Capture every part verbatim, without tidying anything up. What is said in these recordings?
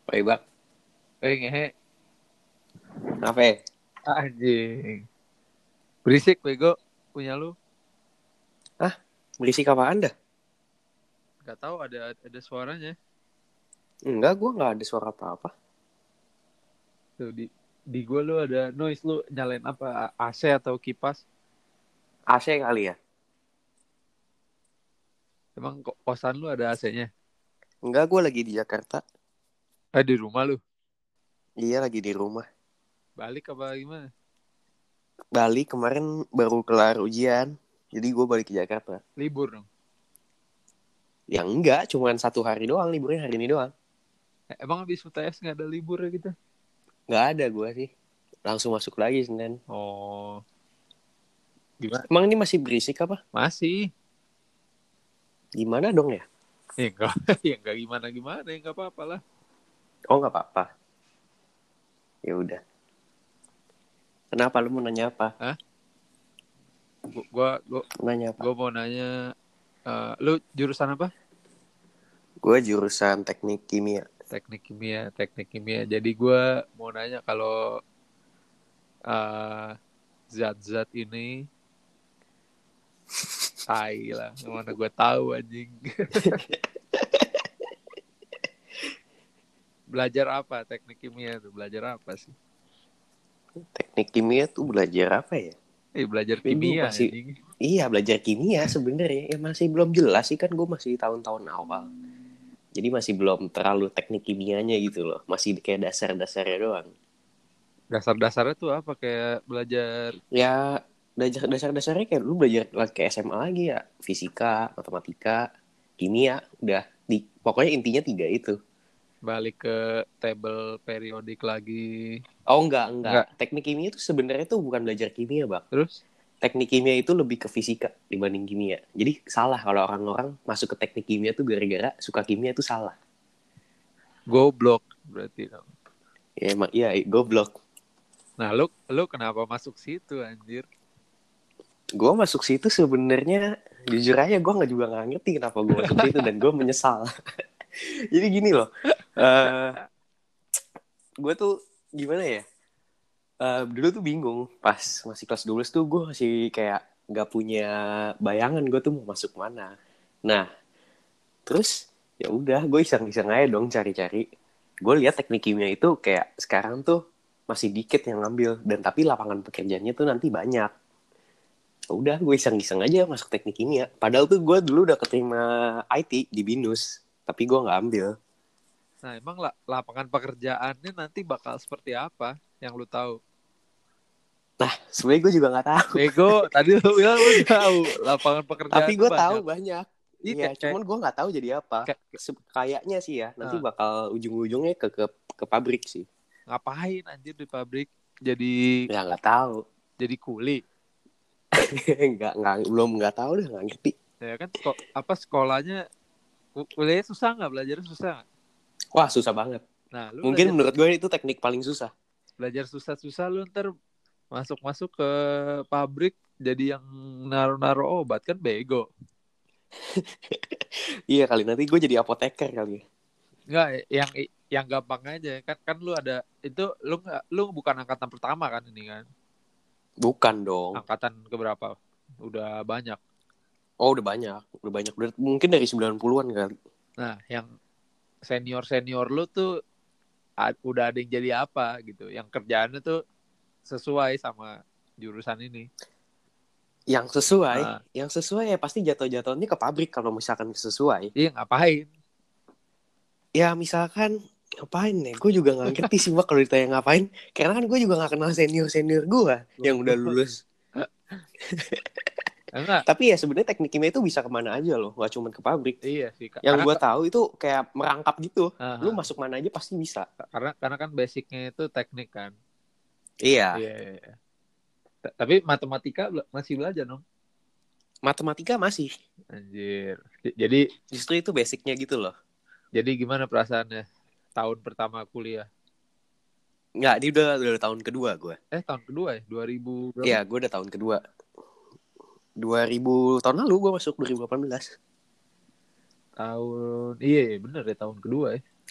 Baik bang, Eh ngehe, apa ya? anjing. Berisik bego punya lu. Ah, berisik apa anda? Gak tahu ada ada suaranya. Enggak, gue nggak ada suara apa-apa. Tuh di di gua lu ada noise, lu nyalain apa? A C atau kipas? A C kali ya? Emang ko- kosan lu ada A C-nya? Enggak, gue lagi di Jakarta. Eh di rumah lu. Iya, lagi di rumah. Balik apa gimana? Bali kemarin baru kelar ujian, jadi gue balik ke Jakarta. Libur dong. Ya enggak, cuman satu hari doang, liburnya hari ini doang. Eh, emang habis U T S nggak ada libur ya gitu? Nggak ada gue sih, langsung masuk lagi Senin. Oh, gimana? Emang ini masih berisik apa? Masih. Gimana dong ya? Ya enggak, ya enggak gimana gimana, ya enggak apa-apa lah. Oh nggak apa-apa. Ya udah. Kenapa lu mau nanya apa? Hah? Gua gua gua, Nanya apa? gua mau nanya, eh, lu jurusan apa? Gue jurusan teknik kimia. Teknik kimia, teknik kimia. Jadi gue mau nanya kalau uh, zat-zat ini, tai lah, mana gue tahu anjing. Belajar apa teknik kimia tuh? Belajar apa sih? Teknik kimia tuh belajar apa ya? Eh belajar Tapi gue kimia masih, anjing. iya belajar kimia sebenarnya ya masih belum jelas sih kan gue masih tahun-tahun awal. Jadi masih belum terlalu teknik kimianya gitu loh. Masih kayak dasar-dasarnya doang. Dasar-dasarnya tuh apa? Kayak belajar. Ya belajar dasar-dasarnya kayak lu belajar ke S M A lagi ya. Fisika, matematika, kimia. Udah, di, pokoknya intinya tiga itu. Balik ke table periodik lagi. Oh enggak, enggak. Enggak. Teknik kimia itu sebenarnya tuh bukan belajar kimia bang. Terus Teknik kimia itu lebih ke fisika dibanding kimia. Jadi salah kalau orang-orang masuk ke teknik kimia tuh gara-gara suka kimia itu salah. goblok berarti dong. Ya emang iya goblok. Nah, lu lu kenapa masuk situ anjir? Gue masuk situ sebenarnya jujur aja gue nggak juga nggak ngerti kenapa gue masuk situ dan gue menyesal. Jadi gini loh, uh, gue tuh gimana ya? Uh, dulu tuh bingung pas masih kelas dua belas tuh gue masih kayak nggak punya bayangan gue tuh mau masuk mana. Nah terus ya udah gue iseng-iseng aja dong cari-cari. Gue lihat teknik kimia itu kayak sekarang tuh masih dikit yang ngambil dan tapi lapangan pekerjaannya tuh nanti banyak. Udah gue iseng-iseng aja masuk teknik kimia. Padahal tuh gue dulu udah keterima I T di Binus, tapi gue nggak ambil. Nah, emang lah, lapangan pekerjaannya nanti bakal seperti apa yang lu tahu? Nah, sebenarnya gue juga nggak tahu. Bego, tadi lu bilang lu tahu lapangan Tapi pekerjaannya gue tahu banyak. banyak. Iya Iya, kayak kayak, cuman gue nggak tahu jadi apa. kayak Kayaknya sih ya, nanti uh, bakal ujung-ujungnya ke ke, ke pabrik sih. ngapain anjir di pabrik? Jadi Ya nggak tahu. jadi kuli. nggak nggak belum nggak tahu deh nggak ngerti. Ya kan kok apa sekolahnya kuliahnya susah nggak, belajar susah nggak? Wah susah banget. Nah, lu Mungkin belajar menurut gue itu teknik paling susah. belajar susah-susah lu ntar masuk-masuk ke pabrik jadi yang naruh-naruh obat kan bego. Iya kali nanti gue jadi apoteker kali ya. Enggak, yang yang gampang aja kan kan lu ada itu lu nggak lu bukan angkatan pertama kan ini kan? Bukan dong. Angkatan keberapa? Udah banyak. Oh udah banyak, udah banyak. Udah, mungkin dari sembilan puluhan kali. Nah, yang senior-senior lu tuh a- udah ada yang jadi apa gitu. Yang kerjaannya tuh sesuai sama jurusan ini. Yang sesuai, Nah, yang sesuai ya pasti jatuh-jatuhnya ke pabrik kalau misalkan sesuai. iya ngapain? Ya misalkan ngapain nih? Gue juga nggak ngerti sih mbak kalau ditanya ngapain. Karena kan gue juga nggak kenal senior senior gue yang udah lulus. Enggak, Tapi ya sebenarnya teknik kimia itu bisa kemana aja loh, nggak cuma ke pabrik. iya sih. Kak. Yang Karena gue tahu itu kayak merangkap gitu. Lu uh, masuk mana aja pasti bisa. karena karena kan basicnya itu teknik kan. Iya, Iya, iya, iya. T- Tapi matematika bela- masih belajar dong. matematika masih. Anjir. J- Jadi Justru itu basicnya gitu loh. jadi gimana perasaannya tahun pertama kuliah? Nggak, ini udah, udah tahun kedua gue. Eh tahun kedua ya? dua ribu berapa? Iya, gue udah tahun kedua. dua ribu tahun lalu gue masuk dua ribu delapan belas. Tahun iya, iya bener ya tahun kedua ya.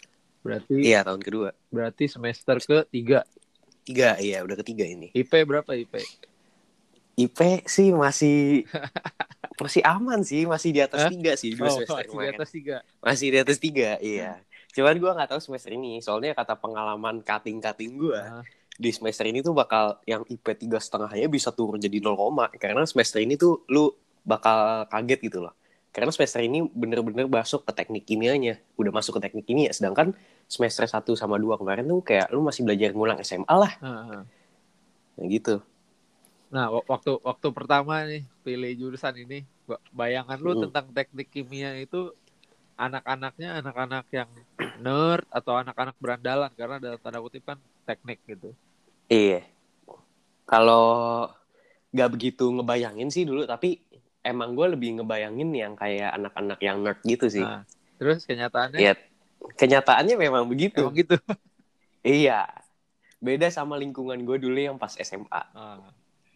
Berarti Iya, tahun kedua. Berarti semester ketiga. Tiga, iya udah ketiga ini. I P berapa I P? I P sih masih masih aman sih, masih di atas Hah? tiga sih dua Oh, semester masih di kemarin. atas tiga. Masih di atas tiga, iya. Cuman gue nggak tahu semester ini, soalnya kata pengalaman cutting-cutting gue, Ah. di semester ini tuh bakal yang I P tiga setengahnya bisa turun jadi nol, karena semester ini tuh lu bakal kaget gitu loh. Karena semester ini bener-bener masuk ke teknik kimianya, udah masuk ke teknik kimia. Sedangkan semester satu sama dua kemarin tuh kayak lu masih belajar ngulang S M A lah. Ah. Nah gitu. Nah, waktu waktu pertama nih pilih jurusan ini, bayangan lu Mm. tentang teknik kimia itu anak-anaknya anak-anak yang nerd atau anak-anak berandalan, karena dalam tanda kutip kan teknik gitu. Iya. Kalau gak begitu ngebayangin sih dulu, tapi emang gue lebih ngebayangin yang kayak anak-anak yang nerd gitu sih. Nah, terus kenyataannya? Iya, kenyataannya memang begitu. Emang gitu. Iya, beda sama lingkungan gue dulu yang pas S M A. Ah.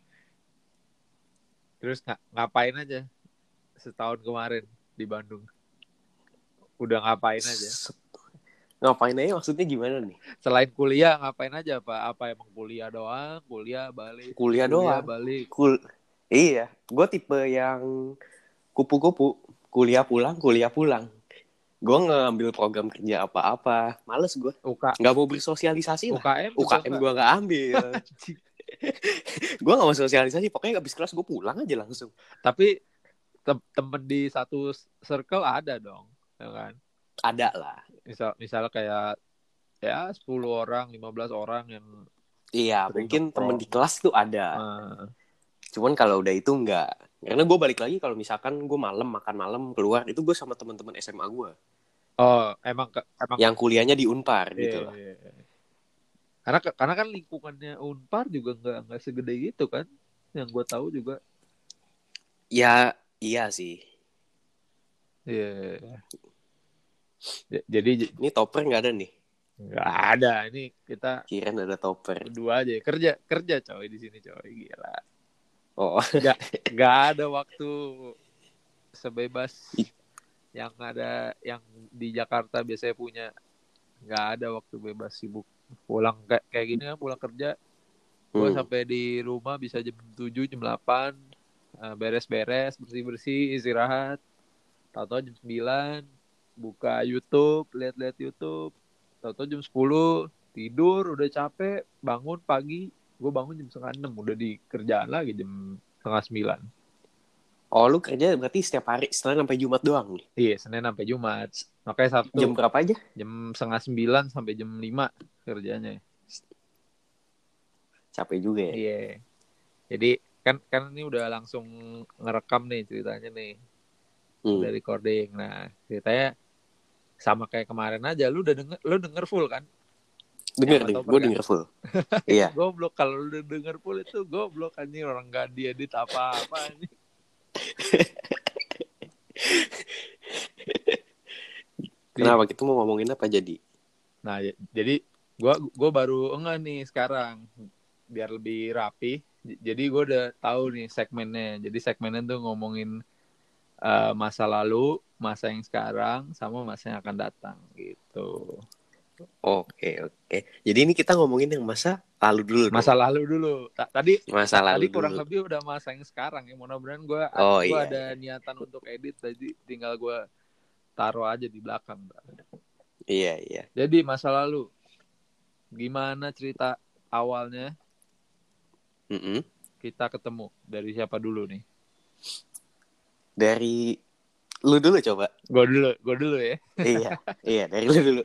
Terus ng- ngapain aja setahun kemarin di Bandung? Udah ngapain aja? S- Ngapain aja maksudnya gimana nih? Selain kuliah ngapain aja, Pak? Apa emang kuliah doang? Kuliah balik. Kuliah, Kuliah doang. balik. Kul iya, gue tipe yang kupu-kupu. Kuliah pulang, kuliah pulang. Gue ngambil program kerja apa-apa. Males gue. U K Gak mau bersosialisasi lah. U K M juga U K M gue gak ambil. Gue gak mau sosialisasi. Pokoknya abis kelas gue pulang aja langsung. Tapi tem- temen di satu circle ada dong, ya kan? Ada lah. Misal misal kayak ya sepuluh orang, lima belas orang yang Iya, sering mungkin nongkrong. temen di kelas tuh ada. Uh, Cuman kalau udah itu enggak. Karena gue balik lagi kalau misalkan gue malam makan malam keluar, itu gue sama teman-teman S M A gue. oh, emang emang Yang kuliahnya di Unpar iya, gitu loh. iya, iya. Karena karena kan lingkungannya Unpar juga nggak nggak segede gitu kan, yang gue tahu juga. Ya, iya sih. Iya. Yeah. Jadi Ini topper nggak ada nih? nggak ada. Ini kita Kirain ada topper. berdua aja kerja kerja coy di sini coy, gila. Oh. Nggak nggak ada waktu sebebas yang ada yang di Jakarta biasanya punya. Nggak ada waktu bebas, sibuk pulang kayak kayak gini kan, pulang kerja gue Hmm. sampai di rumah bisa jam tujuh jam delapan, uh, beres-beres bersih-bersih istirahat, tahu-tahu jam sembilan buka YouTube, lihat-lihat YouTube, tahu-tahu jam sepuluh tidur, udah capek, bangun pagi gue bangun jam setengah enam udah di kerjaan lagi jam setengah sembilan. Oh, lu kerja berarti setiap hari Senin sampai Jumat doang nih? Iya, Senin sampai Jumat. Makanya Sabtu Jam berapa aja? jam setengah sembilan sampai jam lima kerjanya. Capek juga ya? Iya. Jadi kan kan ini udah langsung ngerekam nih ceritanya nih. Hmm. Udah recording. Nah, ceritanya sama kayak kemarin aja. Lu udah denger, lu denger full kan? Denger, denger. Gue denger full. Iya. Goblok kalau lu udah denger full itu goblok anjing, orang gak diedit apa-apa anjing. Kenapa kita mau ngomongin apa jadi? Nah, jadi gua gua baru enggak nih sekarang biar lebih rapi. Jadi gue udah tahu nih segmennya. Jadi segmennya tuh ngomongin uh, masa lalu, masa yang sekarang, sama masa yang akan datang gitu. Oke, oke. Jadi ini kita ngomongin yang masa lalu dulu. Masa dong. lalu dulu. Tadi masa tadi lalu kurang dulu. lebih udah masa yang sekarang ya. Mudah-mudahan gue oh, gue iya, ada iya. niatan untuk edit, jadi tinggal gue taruh aja di belakang. Iya, iya. Jadi masa lalu, gimana cerita awalnya? Mm-mm. Kita ketemu dari siapa dulu nih? Dari lu dulu coba. Gue dulu, gue dulu ya. iya, iya dari lu dulu.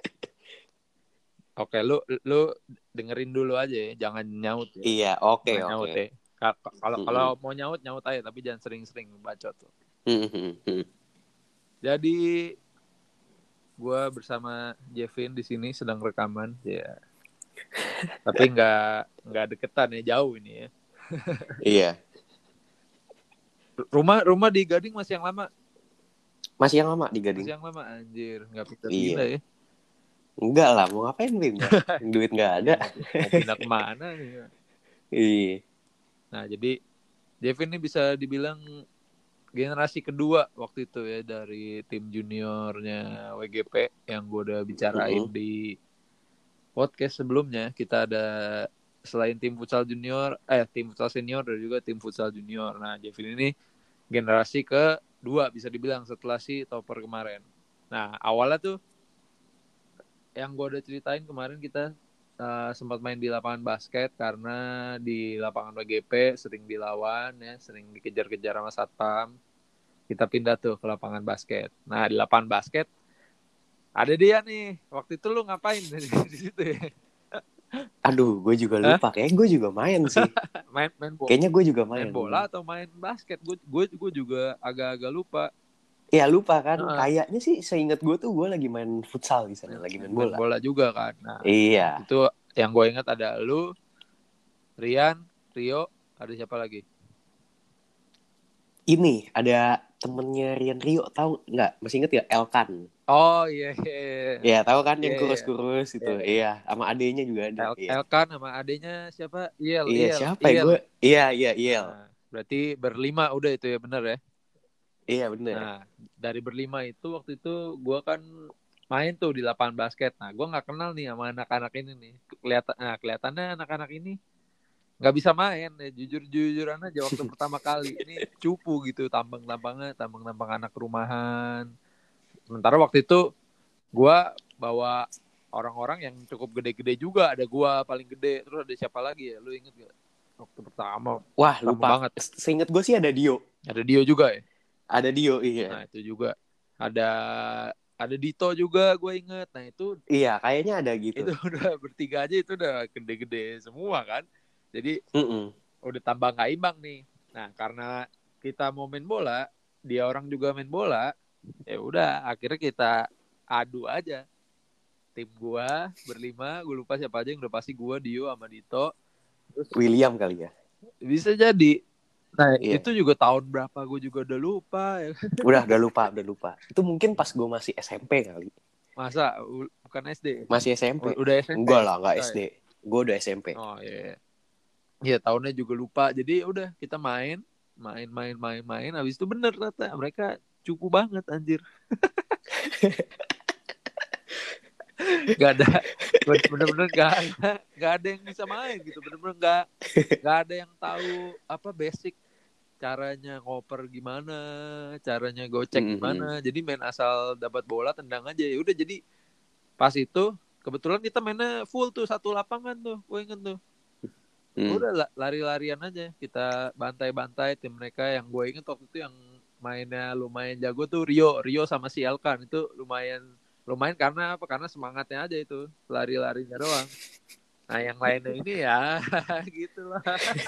Oke, lu lu dengerin dulu aja ya, jangan nyaut ya. Iya, oke, Jangan oke. nyaut ya. Kalau Mm-mm. kalau mau nyaut nyaut aja, tapi jangan sering-sering bacot tuh. Mm-mm. Jadi gue bersama Jevin di sini sedang rekaman ya. Tapi nggak nggak deketan ya, jauh ini ya. Iya. Rumah rumah di Gading masih yang lama. Masih yang lama di Gading. Masih yang lama anjir, nggak pindah Iya. pindah ya. Enggak lah, mau ngapain pindah? Duit nggak ada. Mau pindah kemana nih? Iya. Nah jadi Jevin ini bisa dibilang generasi kedua waktu itu ya dari tim juniornya W G P yang gue udah bicarain Mm-hmm. di podcast sebelumnya. Kita ada selain tim futsal junior, eh tim futsal senior dan juga tim futsal junior. Nah, Jevin ini generasi kedua bisa dibilang setelah si Topper kemarin. Nah, awalnya tuh yang gue udah ceritain kemarin kita uh, sempat main di lapangan basket karena di lapangan W G P sering dilawan ya, sering dikejar-kejar sama satpam. Kita pindah tuh ke lapangan basket. Nah, di lapangan basket ada dia nih. Waktu itu lu ngapain di, di situ ya? Aduh, gue juga lupa. Kayaknya gue juga main sih. main main bola. Kayaknya gue juga main. Main bola atau main basket? Gue gue gue juga agak-agak lupa. Iya lupa kan. Nah, Kayaknya sih seingat gue tuh gue lagi main futsal di sana, lagi main bola. Main bola juga kan. Nah, iya. Itu yang gue ingat ada lu, Rian, Rio, ada siapa lagi? Ini ada temennya Rian Rio, tahu nggak? Masih inget ya Elkan? Oh iya iya. Iya, Iya tahu kan yang iya, kurus-kurus iya. itu. Iya. Iya, sama adenya juga ada. El- Iya. Elkan sama adenya siapa? Iel, Iya Iel, siapa ya Iel. gue? Iya iya Iel. Nah, berarti berlima udah itu ya benar ya? Iya bener. Nah, dari berlima itu waktu itu gue kan main tuh di lapangan basket. Nah, gue nggak kenal nih sama anak-anak ini nih. Kelihatan, nah, kelihatannya anak-anak ini nggak bisa main ya, jujur jujuran aja waktu pertama kali ini cupu gitu tampang-tampangnya tampang-tampang anak rumahan. Sementara waktu itu gue bawa orang-orang yang cukup gede-gede juga, ada gue paling gede, terus ada siapa lagi ya, lu inget gak waktu pertama? Wah pertama lupa banget. Seinget gue sih ada Dio. Ada Dio juga ya. Ada Dio iya. Nah itu juga ada ada Dito juga gue inget. Nah itu iya kayaknya ada gitu. Itu udah bertiga aja itu udah gede-gede semua kan. Jadi Mm-mm. udah tambah nggak imbang nih. Nah karena kita mau main bola, dia orang juga main bola, ya udah akhirnya kita adu aja. Tim gua berlima, gue lupa siapa aja yang udah pasti gua, Dio sama Dito. Terus William kali ya. Bisa jadi. Nah iya. itu juga tahun berapa gue juga udah lupa. Ya. Udah udah lupa udah lupa. Itu mungkin pas gue masih S M P kali. Masa bukan S D? Masih S M P. Udah S M P. Enggak lah nggak S D. Gue udah S M P. Oh iya. Iya tahunnya juga lupa. Jadi udah kita main, main, main, main, main. Habis itu bener ternyata mereka cukup banget anjir. Gak ada, bener-bener gak ada, gak ada yang bisa main gitu. Bener-bener gak, gak ada yang tahu apa basic caranya ngoper gimana, caranya gocek Mm-hmm. gimana. Jadi main asal dapat bola tendang aja ya udah. Jadi pas itu kebetulan kita mainnya full tuh satu lapangan tuh, gue inget tuh. Hmm. Udah lari-larian aja kita bantai-bantai tim mereka. Yang gue inget waktu itu yang mainnya lumayan jago tuh Rio Rio sama si Elkan itu lumayan lumayan karena apa karena semangatnya aja itu lari-larinya doang. Nah yang lainnya ini ya gitulah.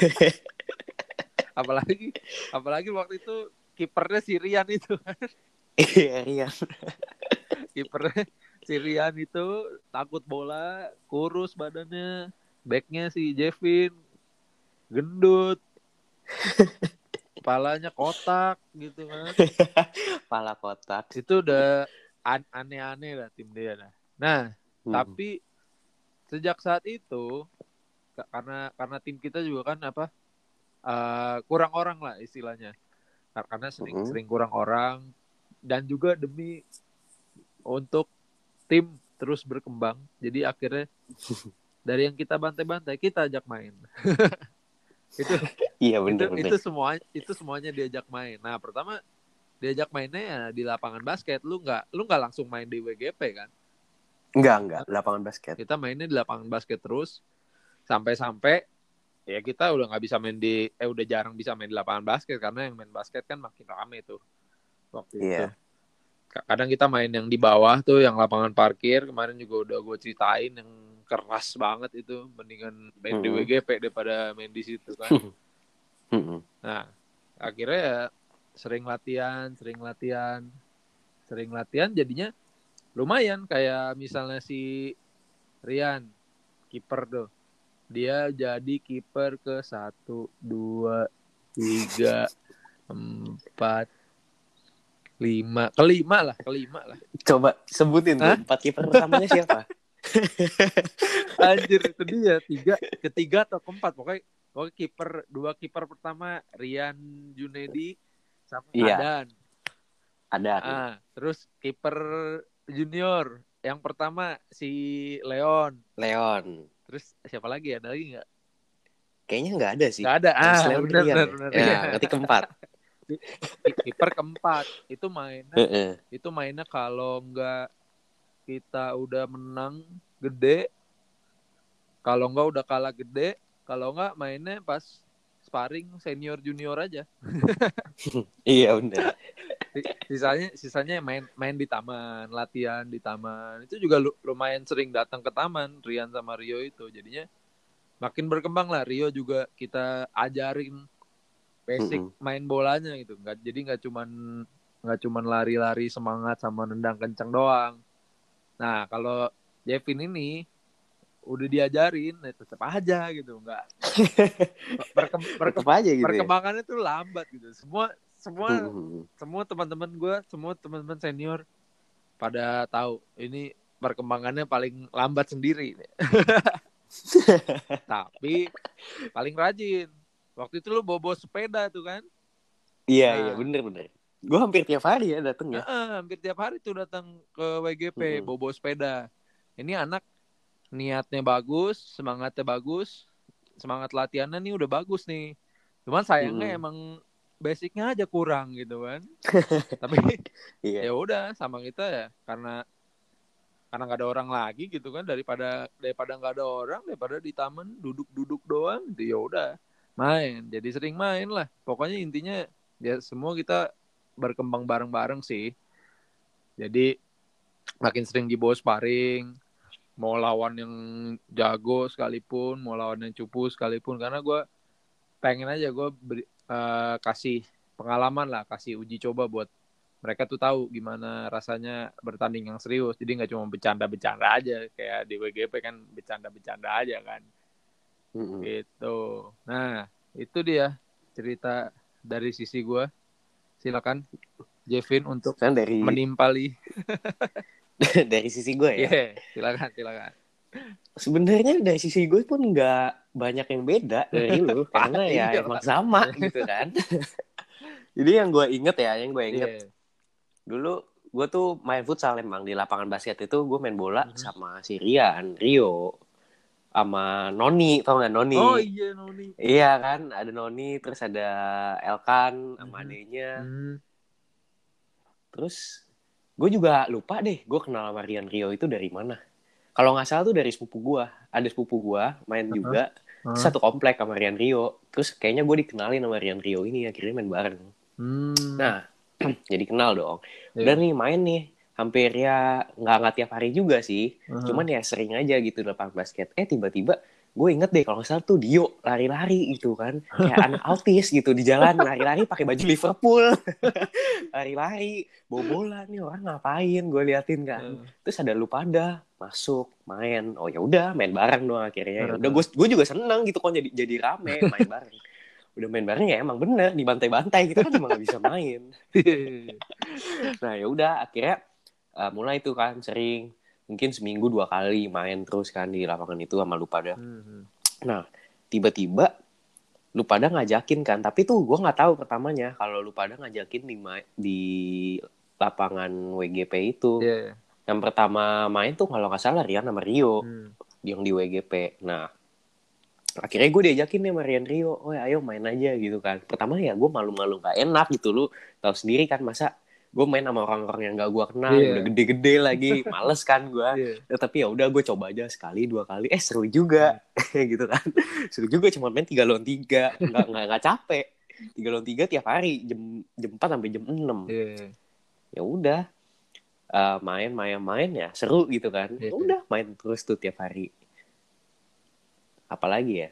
apalagi apalagi waktu itu kipernya si Rian itu iya Rian. kipernya si Rian itu takut bola, kurus badannya. Backnya si Jevin gendut, kepalanya kotak gitu kan. Kepala kotak. Itu udah an- aneh-aneh lah tim dia lah. Nah, hmm. tapi sejak saat itu karena karena tim kita juga kan apa uh, kurang orang lah istilahnya. Karena sering hmm. sering kurang orang dan juga demi untuk tim terus berkembang. Jadi akhirnya dari yang kita bantai-bantai kita ajak main. itu iya bener, itu, bener. itu semua itu semuanya diajak main. Nah pertama diajak mainnya ya di lapangan basket. Lu nggak lu nggak langsung main di W G P kan? Enggak enggak lapangan basket. Kita mainnya di lapangan basket terus sampai-sampai ya kita udah nggak bisa main di eh udah jarang bisa main di lapangan basket karena yang main basket kan makin rame tuh waktu yeah. itu. Kadang kita main yang di bawah tuh yang lapangan parkir. Kemarin juga udah gue ceritain yang keras banget itu, mendingan main mm-hmm. di W G P daripada main di situ kan. Mm-hmm. Nah akhirnya ya sering latihan sering latihan sering latihan jadinya lumayan. Kayak misalnya si Rian kiper tuh, dia jadi kiper ke satu dua tiga empat lima kelima lah kelima lah. Coba sebutin tuh empat kiper pertamanya siapa? Anjir itu dia tiga ketiga atau keempat pokoknya pokoknya kiper dua kiper pertama Rian Junedi sama Iya. Adan. Ada. Ah, terus kiper junior yang pertama si Leon. Leon. Terus siapa lagi? Ada lagi nggak? Kayaknya nggak ada sih. Nggak ada. Yang Ah, Leon benar Rian benar ya. benar. Ya, berarti keempat. Kiper keempat itu mainnya Heeh. itu mainnya kalau nggak kita udah menang gede, kalau nggak udah kalah gede, kalau nggak mainnya pas sparring senior junior aja. Iya benar. Sisanya sisanya main main di taman, latihan di taman. Itu juga lumayan sering datang ke taman Rian sama Rio itu. Jadinya makin berkembang lah. Rio juga kita ajarin basic Mm-mm. main bolanya gitu. Nggak, jadi nggak cuman nggak cuman lari-lari semangat sama nendang kencang doang. Nah kalau Jevin ini udah diajarin, ya tetap aja gitu, nggak berke- berke- Tetep aja gitu ya. perkembangannya tuh lambat gitu. Semua semua Mm-mm. semua teman-teman gue, semua teman-teman senior pada tahu ini perkembangannya paling lambat sendiri. Tapi paling rajin. Waktu itu lu bawa-bawa sepeda tuh kan? Iya Nah, iya bener-bener. Gue hampir tiap hari ya dateng ya. Heeh, hampir tiap hari tuh datang ke W G P Mm-mm. bawa sepeda. Ini anak niatnya bagus, semangatnya bagus, semangat latihannya nih udah bagus nih. Cuman sayangnya Mm-mm. emang basicnya aja kurang gitu kan. Tapi Iya. ya udah sama kita ya karena karena nggak ada orang lagi gitu kan, daripada daripada nggak ada orang, daripada di taman duduk-duduk doang gitu, ya udah main. Jadi sering main lah. Pokoknya intinya ya semua kita berkembang bareng-bareng sih. Jadi makin sering dibawa sparring, mau lawan yang jago sekalipun, mau lawan yang cupu sekalipun, karena gue pengen aja gue beri, uh, kasih pengalaman lah, kasih uji coba buat mereka tuh tahu gimana rasanya bertanding yang serius. Jadi nggak cuma bercanda-bercanda aja kayak di W G P kan, bercanda-bercanda aja kan. Mm-mm. Gitu. Nah itu dia cerita dari sisi gue. Silakan Jevin untuk Kan dari menimpali. dari sisi gue ya. Iya, yeah, silakan, silakan. Sebenarnya dari sisi gue pun nggak banyak yang beda dari lu karena ya Iya, emang sama gitu kan. Jadi yang gue inget ya, yang gue inget yeah. dulu gue tuh main futsal emang di lapangan basket itu gue main bola Mm-hmm. sama si Rian, Rio, sama Noni, tau nggak Noni? Oh iya Noni. Iya kan, ada Noni, terus ada Elkan sama Mm-hmm. adenya. Mm-hmm. Terus gue juga lupa deh, gue kenal sama Rian Rio itu dari mana. Kalau nggak salah tuh dari sepupu gue, ada sepupu gue main Uh-huh. juga Uh-huh. satu komplek sama Rian Rio. Terus kayaknya gue dikenalin sama Rian Rio ini, akhirnya main bareng. Hmm. Nah, jadi kenal dong. Yeah. Udah nih main nih, hampir ya nggak nggak tiap hari juga sih. Uh-huh. Cuman ya sering aja gitu di lapangan basket. Eh tiba-tiba gue inget deh kalau nggak salah tuh Dio lari-lari gitu kan, kayak anak autis gitu di jalan lari-lari pakai baju Liverpool, lari-lari bawa bola nih orang ngapain gue liatin kan. Uh. Terus ada lu pada masuk main, oh ya udah main bareng dong akhirnya. Ya udah gue gue juga seneng gitu kok jadi jadi rame main bareng. Udah main bareng ya emang bener dibantai-bantai kita kan emang gak bisa main. Nah ya udah akhirnya uh, mulai tuh kan sering mungkin seminggu dua kali main terus kan di lapangan itu sama lu pada. Mm-hmm. Nah tiba-tiba lu pada ngajakin kan, tapi tuh gue nggak tahu pertamanya kalau lu pada ngajakin di ma- di lapangan W G P itu. Yeah. Yang pertama main tuh kalau nggak salah Rian sama Rio mm. yang di W G P. Nah akhirnya gue diajakin nih sama Rian Rio, oh ayo main aja gitu kan. Pertama ya gue malu-malu gak enak gitu, lu tahu sendiri kan masa gue main sama orang-orang yang gak gue kenal, yeah. udah gede-gede lagi, males kan gue. Yeah. Ya, tapi ya udah gue coba aja sekali dua kali, eh seru juga, hmm. gitu kan. Seru juga cuma main tiga lawan tiga, nggak nggak nggak capek. Tiga lawan tiga tiap hari jam jam empat sampai jam enam. Yeah. Ya udah uh, main main main ya seru gitu kan. Yeah. Udah main terus tuh tiap hari. Apalagi ya?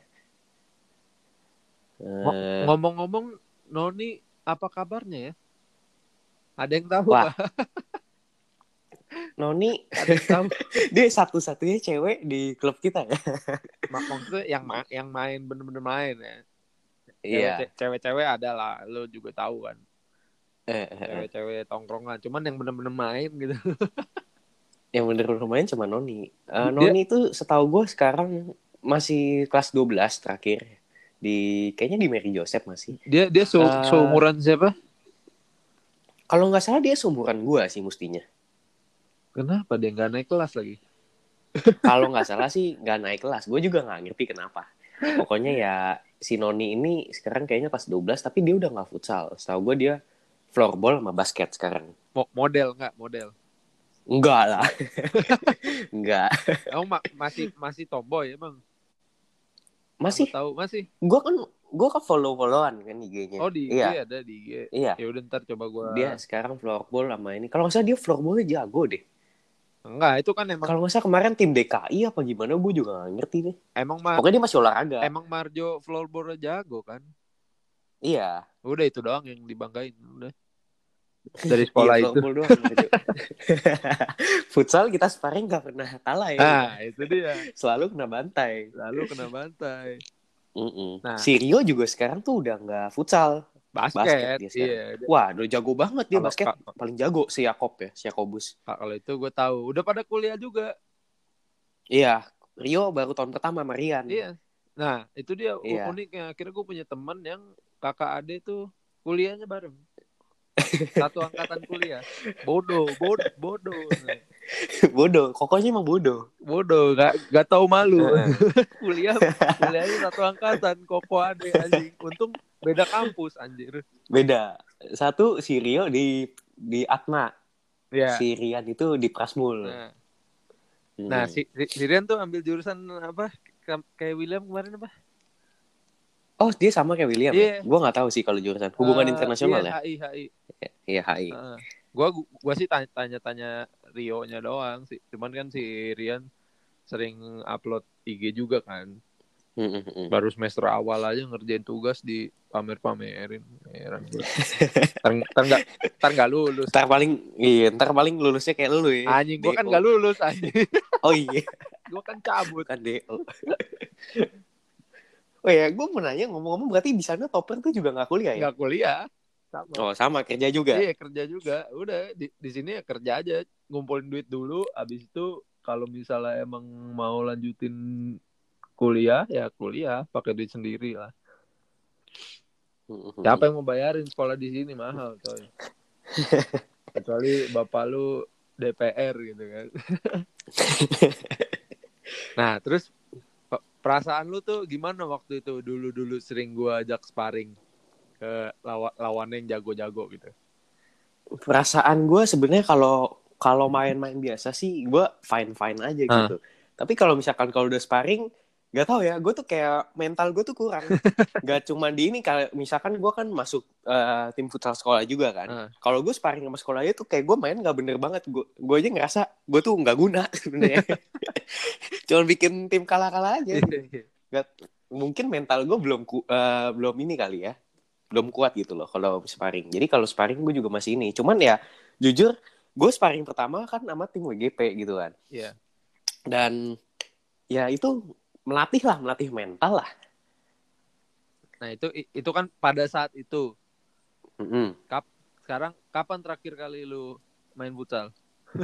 Uh... Ngomong-ngomong, Noni apa kabarnya ya? Ada yang tahu nggak? Noni, ada yang tahu? Dia satu-satunya cewek di klub kita ya. Maksudnya yang ma- yang main bener-bener main ya. Iya. Cewek-cewek ada lah, lo juga tahu kan. Eh, cewek-cewek tongkrongan, cuman yang bener-bener main gitu. Yang bener-bener main cuma Noni. Uh, Noni Dia... itu setahu gue sekarang masih kelas dua belas terakhir. Di kayaknya di Mary Joseph masih. Dia dia se- uh, seumuran siapa? Kalau nggak salah dia seumuran gue sih mestinya. Kenapa dia nggak naik kelas lagi? Kalau nggak salah sih nggak naik kelas. Gue juga nggak ngerti kenapa. Pokoknya ya si Noni ini sekarang kayaknya kelas dua belas tapi dia udah nggak futsal. Setahu gue dia floorball sama basket sekarang. Mo- model nggak model? Enggak lah. Enggak. Emang ma- masih masih tomboy emang? Masih. Aku tahu masih. Gue kan gue kan follow-followan kan I G-nya. Oh di I G Iya. ada di I G. Iya. Ya udah ntar coba gue. Dia sekarang floorball sama ini. Kalau nggak salah dia floorballnya jago deh. Enggak, itu kan emang. Kalau nggak salah kemarin tim D K I apa gimana gue juga nggak ngerti deh. Emang ma- Pokoknya dia masih olahraga. Emang Marjo floorball jago kan? Iya. Udah itu doang yang dibanggain. Udah. Dari sekolah iya, itu. Doang, gitu. Futsal kita sparring nggak pernah kalah ya. Nah itu dia. Selalu kena bantai. Lalu kena bantai. Mm-mm. Nah. Si Rio juga sekarang tuh udah nggak futsal. Basket, basket dia sekarang. Iya. Wah, udah jago banget dia Kalau- basket. kalau- Paling jago si Yakob ya, si Yakobus. Kalau itu gue tahu. Udah pada kuliah juga. Iya, Rio baru tahun pertama sama Rian. Iya. Nah itu dia Iya. uniknya. Akhirnya gue punya teman yang kakak ade tuh kuliahnya bareng. Satu angkatan kuliah. Bodoh, bodoh, bodoh. bodoh, kokonya emang bodoh. Bodoh, gak, gak tahu malu. kuliah, kuliahnya satu angkatan, koko ade anjing. Untung beda kampus anjir. Beda. Satu si Rio di di Atma. Ya. Si Rian itu di Prasmul. Nah, Hmm. nah si, si, si Rian tuh ambil jurusan apa? Kayak William kemarin apa? Oh, dia sama kayak William Iya. ya? Gue nggak tahu sih kalau jurusan hubungan Uh, internasional iya, ya. H I, H I. Iya, H I. Uh, gua gua sih tanya- tanya-tanya Rio-nya doang sih. Cuman kan si Rian sering upload I G juga kan. Hmm, hmm, hmm. Baru semester awal aja ngerjain tugas di pamer-pamerin. Heran gue. Ntar ntar nggak ntar nggak lulus. Ntar paling iya, ntar paling lulusnya kayak lu ya. Anjing gua kan D O. nggak lulus anjing. Oh iya, Gua kan cabut. kan D O. Oh ya, gue mau nanya ngomong-ngomong berarti di sana topper tuh juga nggak kuliah ya? Nggak kuliah. Sama. Oh sama kerja juga. Iya kerja juga. Udah di di sini ya kerja aja, ngumpulin duit dulu. Abis itu kalau misalnya emang mau lanjutin kuliah ya kuliah pakai duit sendiri lah. Siapa yang mau bayarin sekolah di sini mahal coy. Kecuali bapak lu D P R gitu kan. Nah terus perasaan lu tuh gimana waktu itu dulu-dulu sering gua ajak sparring ke lawan lawan yang jago-jago gitu. Perasaan gue sebenarnya kalau kalau main-main biasa sih gue fine fine aja gitu. Tapi kalau misalkan kalau udah sparring, nggak tahu ya, gue tuh kayak mental gue tuh kurang. Gak cuma di ini, kalau misalkan gue kan masuk uh, tim futsal sekolah juga kan. Uh. Kalau gue sparring sama sekolahnya tuh kayak gue main nggak bener banget. Gue gue aja ngerasa gue tuh nggak guna sebenarnya. Cuma bikin tim kalah-kalah aja. Gak, mungkin mental gue belum ku, uh, belum ini kali ya. Belum kuat gitu loh kalau sparring. Jadi kalau sparring gue juga masih ini. Cuman ya jujur gue sparring pertama kan sama tim W G P gitu kan. Iya. Yeah. Dan ya itu melatih lah, melatih mental lah. Nah itu itu kan pada saat itu. Mm-hmm. Kap, sekarang kapan terakhir kali lu main futsal?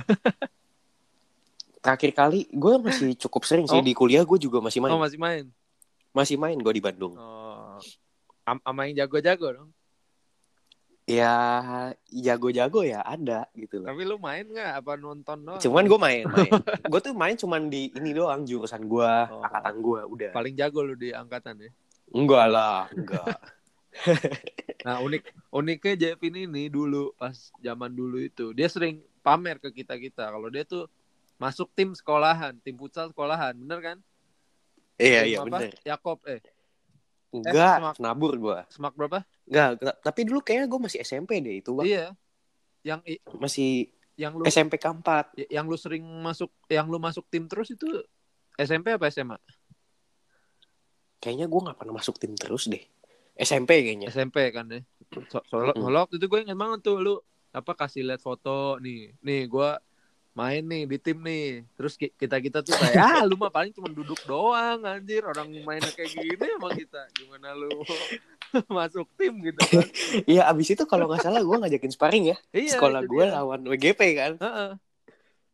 Terakhir kali gue masih cukup sering sih. Oh. Di kuliah gue juga masih main. Oh masih main? Masih main gue di Bandung. Oh. Sama yang jago-jago dong? Ya jago-jago ya ada gitu loh. Tapi lu main nggak? Apa nonton doang? Cuman gue main, main. Gue tuh main cuman di ini doang, jurusan gue, oh. angkatan gue, udah. Paling jago lu di angkatan ya? Enggak lah, enggak. Nah unik uniknya Jevin ini dulu pas zaman dulu itu dia sering pamer ke kita kita kalau dia tuh masuk tim sekolahan, tim futsal sekolahan, bener kan? Iya tim iya apa? bener. Yakob eh. Enggak, eh, semak, nabur gue. Semak berapa? Enggak, tapi dulu kayaknya gue masih S M P deh itu bang. Iya. Yang masih yang lu S M P keempat. Yang lu sering masuk, yang lu masuk tim terus itu S M P apa S M A? Kayaknya gue nggak pernah masuk tim terus deh. S M P kayaknya. S M P kan deh. So, soalnya mm-hmm. waktu itu gue ingat banget tuh lu apa kasih lihat foto nih, nih gue main nih di tim nih, terus kita kita tuh kayak ah lu mah paling cuma duduk doang anjir, orang mainnya kayak gini sama kita, gimana lu masuk tim gitu kan? Iya abis itu kalau nggak salah gue ngajakin sparring ya, iya, sekolah gue lawan W G P kan. uh-uh.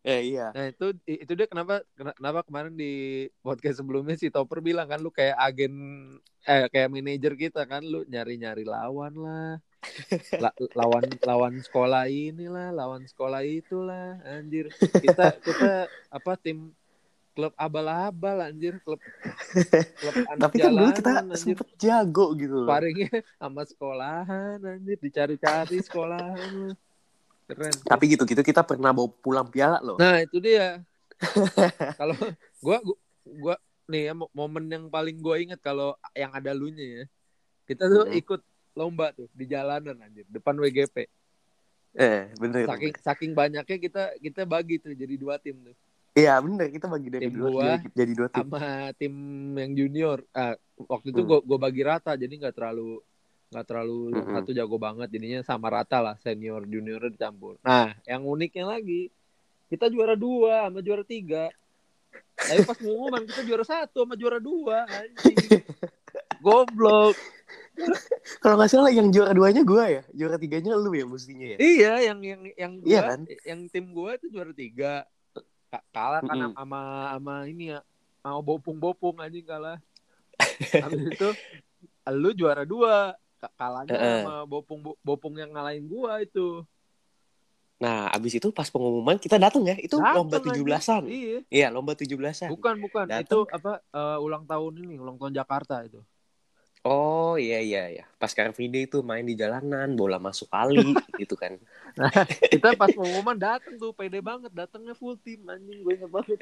Eh iya. Nah itu itu dia kenapa kenapa kemarin di podcast sebelumnya si Topper bilang kan lu kayak agen eh kayak manajer kita kan, lu nyari-nyari lawan lah. La, lawan lawan sekolah inilah, lawan sekolah itulah, anjir. Kita kita apa tim klub abal-abal anjir, klub klub anak Tapi kan dulu kita jalanan anjir. sempet jago gitu loh. Sparingnya sama sekolahan anjir, dicari-cari sekolahan lu. Keren. Tapi gitu-gitu kita pernah bawa pulang piala loh. Nah, itu dia. Kalau gua, gua gua nih ya momen yang paling gua inget kalau yang ada lunya ya. Kita tuh hmm. ikut lomba tuh di jalanan anjir, depan W G P. Eh, bener. Saking bener. saking banyaknya kita kita bagi tuh jadi dua tim tuh. Iya bener, kita bagi dari tim dua gua jadi, jadi dua tim. Sama tim yang junior. Ah, waktu itu hmm. gua gua bagi rata, jadi nggak terlalu nggak terlalu hmm. yang satu jago banget, jadinya sama rata lah, senior junior dicampur. Nah, yang uniknya lagi kita juara dua sama juara tiga. Tapi pas pengumuman kita juara satu sama juara dua, anjing. Goblok. Kalau nggak salah yang juara duanya gue ya, juara tiganya lu ya mestinya ya. Iya, yang yang yang gua, iya kan? yang tim gue itu juara tiga. Kalah kan mm-hmm. sama sama ini ya, sama bopung-bopung anjing kalah. Habis itu lu juara dua, kalahnya uh-uh. sama bopung bopung yang ngalahin gua itu. Nah, abis itu pas pengumuman kita datang ya, itu dateng lomba tujuh belasan. Iya. Iya, lomba tujuh belasan. Bukan, bukan. Dateng. Itu apa uh, ulang tahun ini, ulang tahun Jakarta itu. Oh iya iya iya. Pas Car Free Day itu main di jalanan, bola masuk kali gitu kan. Nah, kita pas pengumuman datang tuh pede banget, datangnya full tim anjing, gue ingat banget.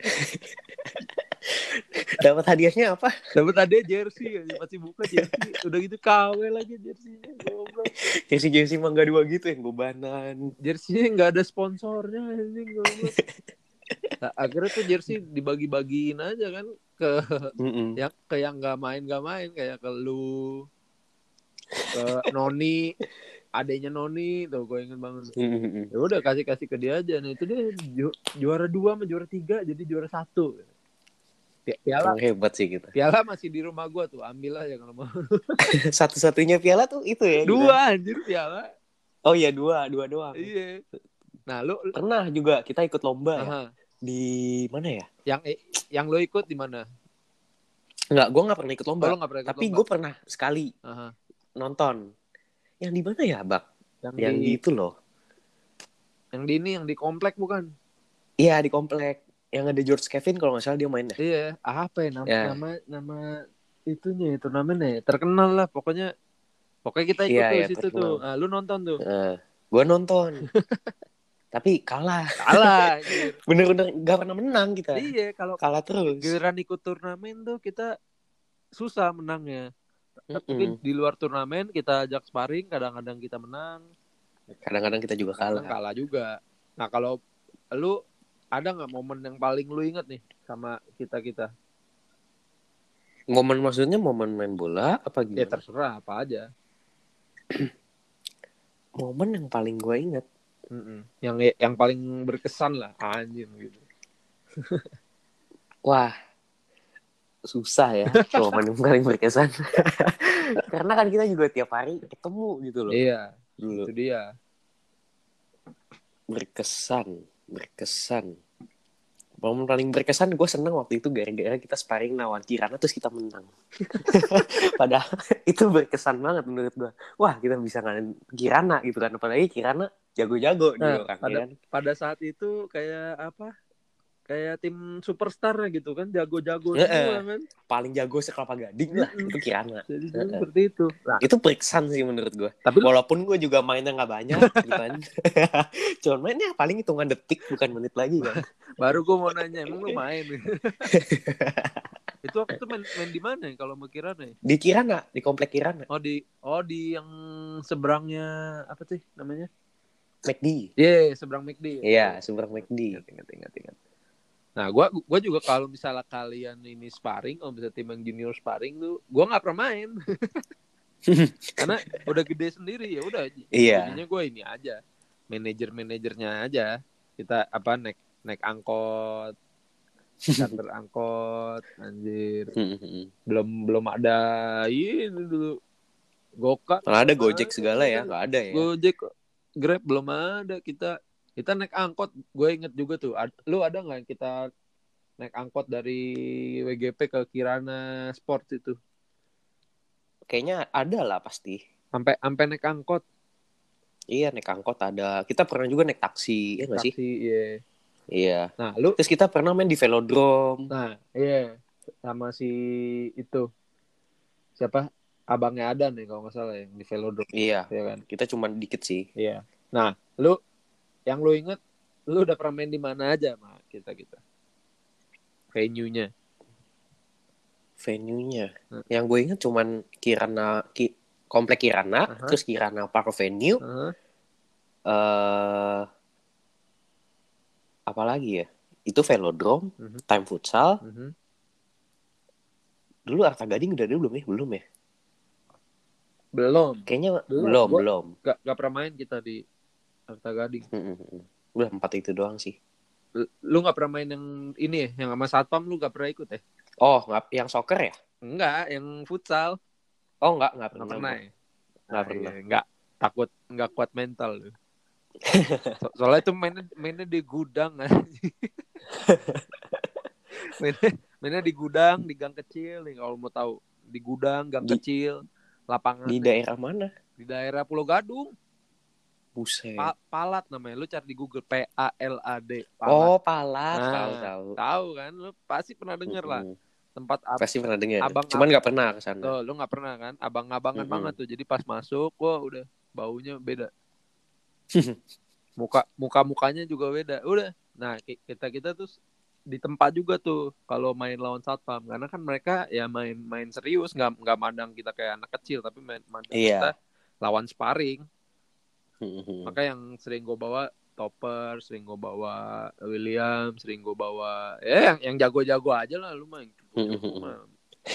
Dapat hadiahnya apa? Dapat hadiah jersey, pasti buka jersey. Udah gitu K W lagi jersey-nya. Jersey jersey Mangga Dua gitu yang gobanan. Jersey-nya enggak ada sponsornya anjing goblok. Nah, akhirnya tuh jersey dibagi-bagiin aja kan ke Mm-mm. yang ke yang nggak main nggak main kayak ke lu, ke Noni, adanya Noni tuh gue inget banget. Mm-hmm. Ya udah kasih kasih ke dia aja. Nah itu dia ju- juara dua sama juara tiga jadi juara satu. Piala oh, hebat sih kita. Piala masih di rumah gue tuh, ambil aja kalau mau. Satu-satunya piala tuh itu ya. Dua kita. Anjir piala. Oh iya dua dua doang. Iya. Nah lu pernah juga kita ikut lomba Aha. ya. Di mana ya? Yang yang lo ikut di mana? Enggak, gue nggak pernah ikut lomba. Oh, pernah ikut tapi gue pernah sekali Aha. nonton. Yang di mana ya, Bak? Yang, yang di itu loh. Yang di ini, yang di komplek bukan? Iya di komplek. Yang ada George Kevin kalau nggak salah dia main. Iya. Apa ya nama ya. nama nama itunya itu namanya terkenal lah pokoknya. Pokoknya kita ikut ya, tuh ya, situ terkenal. Tuh. Nah, lu nonton tuh. Uh, gue nonton. Tapi kalah. Kalah. Bener-bener gak pernah menang kita. Iya, kalau kalah terus. Giliran ikut turnamen tuh kita susah menangnya. Mm-mm. Tapi di luar turnamen kita ajak sparring, kadang-kadang kita menang. Kadang-kadang kita juga kalah. Kalah juga. Nah, kalau lu ada nggak momen yang paling lu inget nih sama kita-kita? Momen maksudnya momen main bola apa gimana? Ya terserah apa aja. Momen yang paling gue inget. Mm-mm. Yang yang paling berkesan lah anjir gitu. Wah susah ya momen yang paling berkesan. Karena kan kita juga tiap hari ketemu gitu loh. Iya dulu. Itu dia. Berkesan berkesan momen paling berkesan gue seneng waktu itu gara-gara kita sparring lawan Kirana terus kita menang. Padahal itu berkesan banget menurut gue. Wah kita bisa ngalahin Kirana gitu kan, apalagi Kirana jago-jago nah, gitu kan. Pada, kan. Pada saat itu kayak apa? Kayak tim superstar gitu kan, jago-jago e-e. semua kan. Paling jago sekelapa gading lah itu Kirana. Jadi seperti itu. Nah, itu berkesan sih menurut gue. Tapi walaupun gue juga mainnya nggak banyak, gitu kan. Cuman mainnya paling hitungan detik bukan menit lagi kan. Baru gue mau nanya, emang lu main? Itu waktu itu main, main di mana ya kalau mau Kirana? Ya? Di Kirana, di komplek Kirana. Oh di, oh di yang seberangnya apa sih namanya? McD. Iya, yeah, seberang McD. Iya, yeah, seberang McD. Ingat, ingat, ingat, ingat. Nah, gue gua juga kalau misalnya kalian ini sparring, kalau misalnya tim yang junior sparring tuh, gue nggak pernah main. Karena udah gede sendiri ya udah. Iya. Jadinya gue ini aja, manajer-manajernya aja. Kita apa naik naik angkot, charter angkot, anjir. belum belum ada ini dulu. Gokar. Malah ada Gojek segala ya, nggak ada ya. Gojek, Grab belum ada kita. Kita naik angkot, gue inget juga tuh. Ad, lu ada nggak kita naik angkot dari W G P ke Kirana Sports itu? Kayaknya ada lah pasti. Sampai sampai naik angkot. Iya, naik angkot ada. Kita pernah juga naik taksi, ya nggak sih? Taksi, iya. Iya. Nah, lu, Terus kita pernah main di velodrome. nah, iya. Sama si itu. Siapa? Abangnya ada nih kalau nggak salah yang di velodrome. Iya. Iya kan? Kita cuma dikit sih. Iya. Nah, lu, yang lu inget, lu udah pernah main di mana aja sama kita-kita? Venue-nya. Venue-nya. Hmm. Yang gue inget cuman Kirana, Ki, Komplek Kirana, Uh-huh. terus Kirana Park Venue. Uh-huh. Uh, apalagi ya? Itu velodrome, Uh-huh. time futsal. Uh-huh. Dulu Arta Gading udah ada belum ya? Belum ya? Belum. Kayaknya Belum. belum, Gua belum. Gak, gak pernah main kita di Arta Gading. Mm-mm. Udah empat itu doang sih. Lu, lu gak pernah main yang ini ya? Yang sama Satpam lu gak pernah ikut ya? Oh, nggak, yang soccer ya? Enggak, yang futsal. Oh, nggak, nggak Gak pernah. pernah ya? Nggak Nah, pernah. iya. Nggak, takut nggak kuat mental lu. So, soalnya itu mainnya mainnya di gudang kan. mainnya, mainnya di gudang, di gang kecil nih kalau mau tahu. Di gudang, gang Di, kecil, lapangan. di daerah mana? Di daerah Pulau Gadung. Buset. Pa- Palat namanya. Lu cari di Google P A L A D. Palat. Oh, Palat. Nah, Tahu, tahu. Tahu kan? Lu pasti pernah denger lah. Mm-mm. Tempat ab- Pasti pernah dengar. abang Cuman nggak pernah ke sana. Tuh, lu nggak pernah kan? Abang-abangan Mm-mm. banget tuh. Jadi pas masuk, wah udah baunya beda. Muka muka mukanya juga beda. Udah. Nah, kita kita tuh di tempat juga tuh kalau main lawan Satpam, karena kan mereka ya main main serius, nggak nggak mandang kita kayak anak kecil, tapi main mandang Iya. kita lawan sparring. Mm-mm. Maka yang sering gue bawa Topper, sering gue bawa William, sering gue bawa ya yang yang jago-jago aja lah lu main. Mm-mm.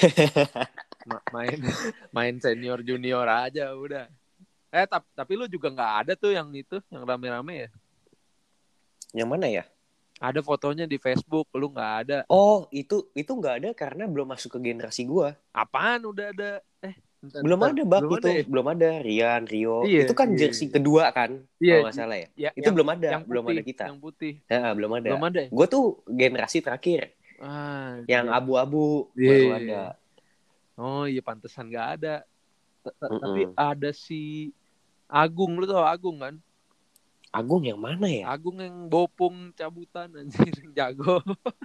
Ma- main main senior junior aja udah. Eh tapi, tapi lu juga nggak ada tuh yang itu yang rame-rame ya? Yang mana ya? Ada fotonya di Facebook, lu nggak ada. Oh, itu itu nggak ada karena belum masuk ke generasi gua. Apaan udah ada? Eh bentar, Belum bentar. ada bab belum itu, ada ya? belum ada Rian, Rio. Iya, Itu kan iya, jersey iya. kedua kan, Iya, kalau nggak salah ya. Ya, Itu yang, belum ada, yang belum putih, ada kita. Yang putih. Ya, belum ada. Belum ada. Gue tuh generasi terakhir. Ah, Yang iya. abu-abu Iya. baru ada. Oh iya pantesan nggak ada. T- t- Mm-mm. Tapi ada si Agung, lu tau Agung kan? Agung yang mana ya? Agung yang bopung cabutan anjir, yang jago.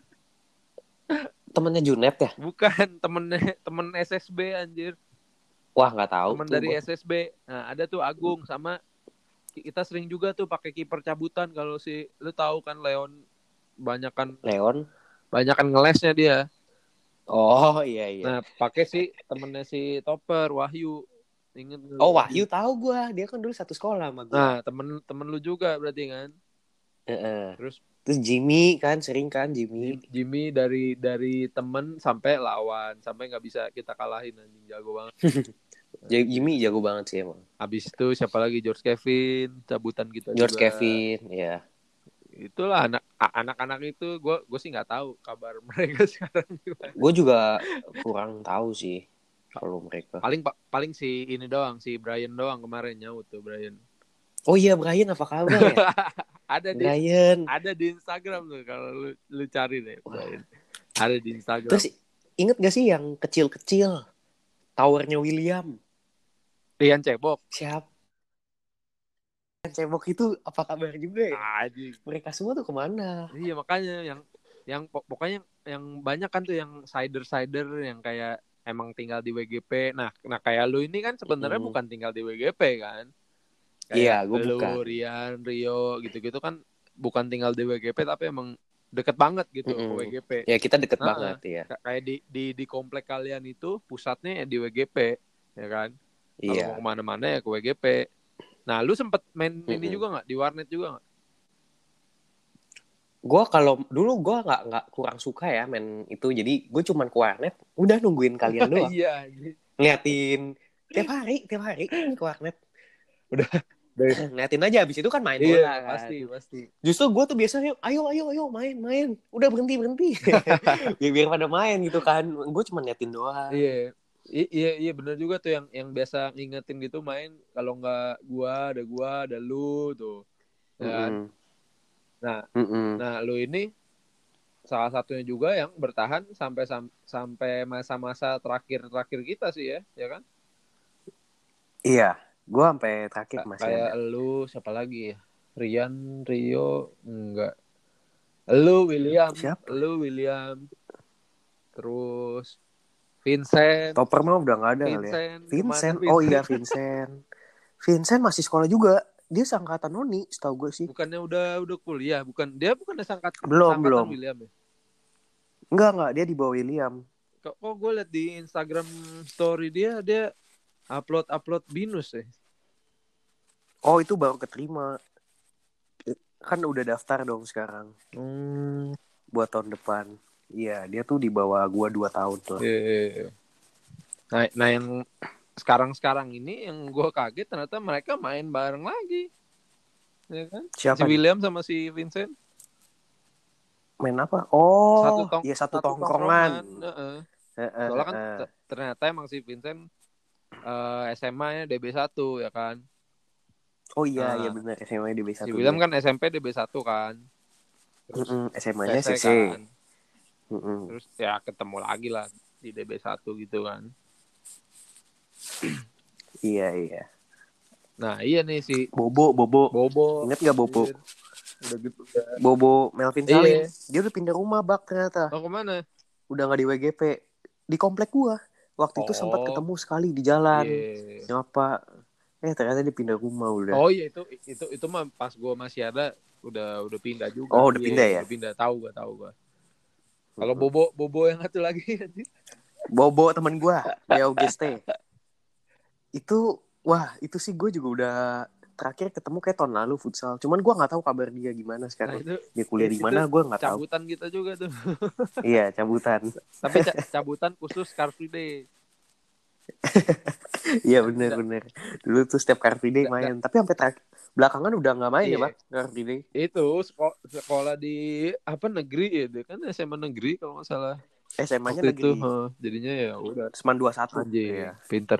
Temennya Junet ya? Bukan, temennya temen S S B anjir. Wah, nggak tahu Temen tuh dari gua. S S B. Nah, ada tuh Agung sama kita sering juga tuh pakai kiper cabutan kalau si lu tahu kan Leon banyakan Leon. banyakan ngelesnya dia. Oh, iya iya. Nah, pakai si temennya si Topper Wahyu. Ingat lu? Oh, Wahyu tahu gua. Dia kan dulu satu sekolah sama gua. Nah, temen temen lu juga berarti kan. Heeh. Terus Terus Jimmy kan sering kan Jimmy. Jimmy dari dari temen sampai lawan, sampai nggak bisa kita kalahin anjing, jago banget. Jimmy jago banget sih emang. Habis itu siapa lagi? George Kevin, cabutan kita George juga. Kevin, ya. Itulah anak anak-anak itu gue gue sih nggak tahu kabar mereka sekarang gimana. Gue juga kurang tahu sih kalau mereka. Paling paling si ini doang, si Brian doang kemarin nyaut tuh Brian. Oh iya, Brian apa kabar ya? Ada di Brian. ada di Instagram tuh kalau lu lu cari deh Brian. Ada di Instagram. Terus inget gak sih yang kecil-kecil towernya William? Rian Cebok. Siap. Rian Cebok itu apa kabar juga ya? Anjing. Mereka semua tuh kemana? Iya makanya yang yang pokoknya yang banyak kan tuh yang sider-sider yang kayak emang tinggal di W G P. Nah, nah kayak lu ini kan sebenarnya hmm. bukan tinggal di W G P kan? Iya, gue lu, bukan. Rian, Rio, gitu-gitu kan bukan tinggal di W G P tapi emang deket banget gitu mm-hmm. ke W G P. Ya kita deket nah, banget ya. Kayak di, di di komplek kalian itu pusatnya di W G P, ya kan? Kalau iya. mau kemana-mana ya ke W G P. Nah, lu sempet main mm-hmm. ini juga nggak di warnet juga nggak? Gue kalau dulu gue nggak nggak kurang suka ya main itu, jadi gue cuman ke warnet, udah nungguin kalian doang. Iya. Ngeliatin tiap hari, tiap hari ke warnet. Udah ngeliatin aja, abis itu kan main iya, bola kan. Pasti, pasti. Justru gue tuh biasanya, ayo, ayo, ayo, main, main. Udah berhenti, berhenti. biar, biar pada main gitu kan. Gue cuma ngeliatin doang. Iya, I- iya, iya benar juga tuh yang yang biasa ngingetin gitu main. Kalau nggak gua, ada gua, ada lu tuh. Ya kan? Mm-hmm. Nah, Mm-mm. nah lu ini salah satunya juga yang bertahan sampai sam- sampai masa-masa terakhir-terakhir kita sih ya, ya kan? Iya, gue sampai terakhir Ka- masih kayak ada. lu siapa lagi ya? Rian, Rio, enggak. Lu William, Siapa? lu William, terus Vincent, Topper mah udah nggak ada kali ya. Vincent kemana Vincent, oh iya Vincent? Vincent. Vincent masih sekolah juga. Dia seangkatan Noni, setahu gue sih. Bukannya udah udah kuliah, bukan dia bukan sangkat Belum, sangkatan belum. William ya? Enggak, enggak. Dia di bawah William. Kok, kok gue liat di Instagram story dia dia upload upload binus ya? Oh, itu baru keterima. Kan udah daftar dong sekarang. Hmm, Buat tahun depan. Iya, dia tuh di bawah gua dua tahun tuh. iya, iya, iya. Nah, nah yang sekarang-sekarang ini yang gue kaget ternyata mereka main bareng lagi, ya kan? Si Siapa nih? William sama si Vincent Main apa? satu Oh, tong iya satu satu tongkrongan. tongkrongan. Heeh. Heeh, Soalnya kan heeh. t- ternyata emang si Vincent eh, S M A-nya D B satu ya kan. Oh iya, iya Nah, benar. S M A di B si satu William dia. kan S M P D B satu kan. Terus Mm-mm, S M A-nya C C C C. kan. Mm-mm. Terus ya ketemu lagi lah di D B satu gitu kan. Iya, iya. Nah, iya nih si Bobo, Bobo. Bobo. Ingat gak Bobo? Anjir. Udah gitu udah. Bobo Melvin Salim. Iya. Dia udah pindah rumah, Bak, ternyata. Mau kemana? Udah gak di W G P. Di komplek gua. Waktu itu sempat Oh, ketemu sekali di jalan. iya. Ngapa? Eh, ternyata dia pindah rumah udah. Oh iya itu itu itu mah pas gue masih ada udah udah pindah juga. Oh, udah pindah Iya, ya? udah pindah. Tahu gua, tahu gua. Kalau Mm-mm. Bobo Bobo yang satu lagi anjir. Bobo temen gua, Leo Geste. Itu, wah, itu sih gue juga udah terakhir ketemu kayak tahun lalu futsal. Cuman gue nggak tahu kabar dia gimana Nah, sekarang. itu Dia kuliah di itu mana gue nggak tahu. cabutan kita juga tuh. Iya, cabutan. Tapi ca- cabutan khusus Car Free Day. Iya Nggak, nggak, bener-bener. Dulu tuh setiap Car Free Day nggak, nggak. main. Tapi sampai terakhir belakangan udah nggak main ya, Iya. Bang, Car Free Day. Itu sekolah, sekolah di apa negeri ya, dia kan S M A negeri kalau nggak salah. S M A-nya Waktu itu, negeri. huh, jadinya ya udah Seman dua puluh satu. anjing, Iya. pinter.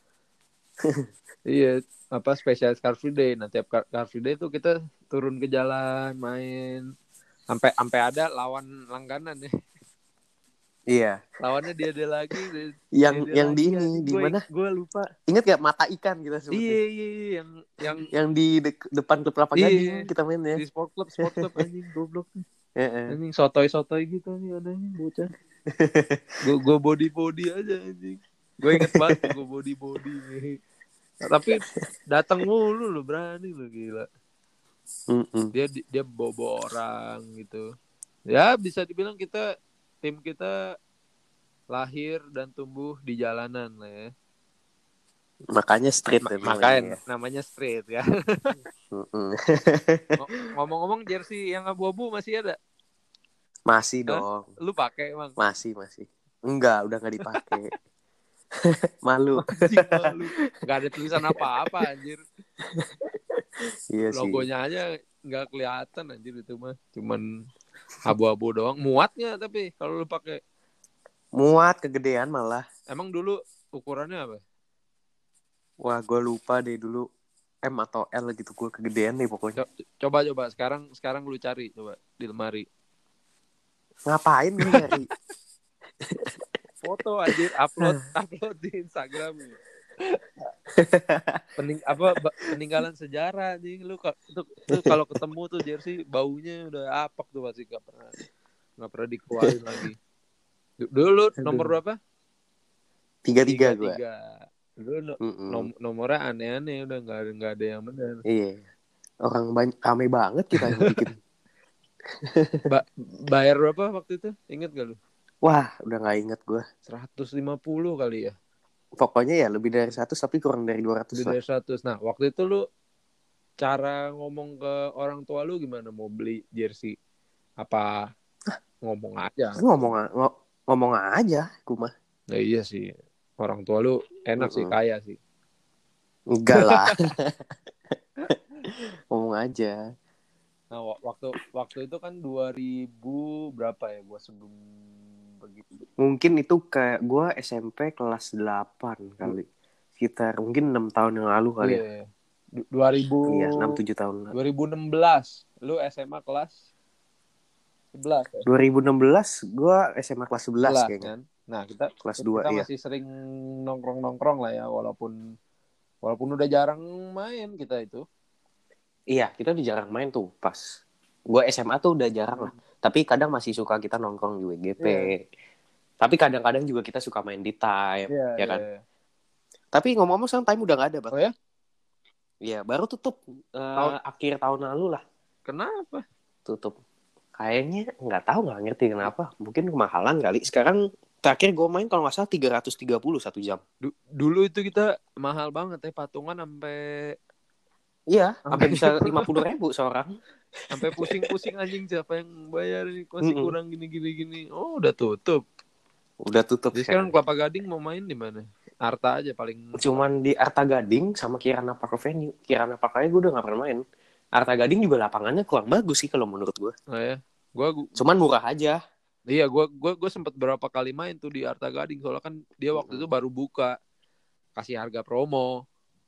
Iya, apa spesialis Car Free Day. Nah, tiap Car, Car Free Day tuh kita turun ke jalan, main. Sampai sampai ada lawan langganan ya. Iya. Lawannya dia dia lagi, dia, Yang dia, dia yang lagi, di ini di gue, mana? Gue lupa. Ingat gak mata ikan kita sebutnya? Iya, iya, iya, yang yang Yang di de- depan klub Kelapa iya, Gading kita mainnya. di sport club, sport club anjing goblok. Heeh. Anjing sotoy-sotoy gitu nih adanya bocah. Gue gue body body aja anjing. Gue inget banget tuh gue body body. Nah, tapi datang mulu lo, berani lo, gila. Mm-mm. Dia dia bobo orang gitu. Ya bisa dibilang kita tim kita lahir dan tumbuh di jalanan lah ya. Makanya street Ma- ya makanya namanya. namanya street ya. Mm-mm. Ng- Ngomong-ngomong jersey yang abu-abu masih ada? Masih Hah? dong. Lu pakai emang? Masih, masih. Enggak, udah gak dipakai. Malu. Anjing, malu. Gak ada tulisan apa-apa anjir. Iya sih. Logonya aja nggak kelihatan anjir itu mah. Cuman abu-abu doang. Muatnya tapi kalau lu pakai. Muat kegedean malah. Emang dulu ukurannya apa? Wah, gue lupa deh dulu M atau L gitu, gue kegedean deh pokoknya. Coba coba sekarang sekarang lu cari coba di lemari. Ngapain gue nyari? Foto anjir, upload upload di Instagram. Pening apa peninggalan sejarah anjing lu, tuh, tuh kalau ketemu tuh jersey baunya udah apek tuh pasti nggak pernah nggak pernah dikeluarin lagi. Dulu nomor berapa? Tiga tiga gue. Dulu nom- nomornya aneh-aneh udah nggak ada nggak ada yang benar. Iya. Orang banyak rame banget kita yang bikin. ba- bayar berapa waktu itu? Ingat gak lu? Wah, udah nggak inget gue. seratus lima puluh kali ya. Pokoknya ya lebih dari seratus tapi kurang dari dua ratus. Lebih dari seratus. Nah, waktu itu lu cara ngomong ke orang tua lu gimana mau beli jersey? Apa ngomong aja? Ngomong ng- ngomong aja, kumah. Nah, iya sih. Orang tua lu enak Mm-mm. sih, kaya sih. Enggak lah. Ngomong aja. Nah, waktu waktu itu kan dua ribu berapa ya gua sebelum begitu. Mungkin itu kayak gua S M P kelas delapan kali. Sekitar mungkin enam tahun yang lalu kali yeah. ya. dua ribu Iya, enam tujuh tahun lalu. dua ribu enam belas Lu S M A kelas sebelas ya? dua ribu enam belas gue S M A kelas sebelas sebelas kayaknya. kan. Nah, kita Kelas dua kita iya. masih sering nongkrong-nongkrong lah ya, walaupun walaupun udah jarang main kita itu. Iya, kita udah jarang main tuh pas. Gue S M A tuh udah jarang lah. Tapi kadang masih suka kita nongkrong di W G P. Iya. Tapi kadang-kadang juga kita suka main di Time, Iya, ya iya, kan? iya. Tapi ngomong-ngomong sekarang Time udah gak ada, Bang. Oh ya? Iya, baru tutup uh, Tahun akhir tahun lalu lah. kenapa? Tutup. Kayaknya nggak tahu, nggak ngerti kenapa. Mungkin kemahalan kali. Sekarang terakhir gue main kalau nggak salah tiga ratus tiga puluh satu jam. Du- dulu itu kita mahal banget ya, patungan sampai Iya, sampai bisa lima puluh ribu seorang. sampai pusing-pusing anjing, siapa yang bayar ini, masih Mm-mm. kurang gini-gini gini. Oh, udah tutup. Udah tutup Jadi sekarang Kelapa Gading mau main di mana? Arta aja paling. Cuman di Arta Gading sama Kirana Park Venue. Kirana Park aja gue udah gak pernah main. Arta Gading juga lapangannya kurang bagus sih kalau menurut gue. Oh ya. Gua, gua Cuman murah aja. Iya, gua gua gua sempat berapa kali main tuh di Arta Gading, soalnya kan dia waktu Mm-mm. itu baru buka, kasih harga promo.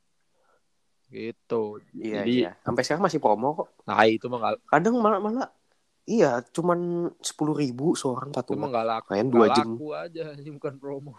Gitu. Iya, Jadi, iya. Sampai sekarang masih promo kok. nah itu mah nggak Kadang malah malah iya, cuman sepuluh ribu seorang itu mah patungan. nggak laku, Main nggak dua jam. laku aja, ini bukan promo.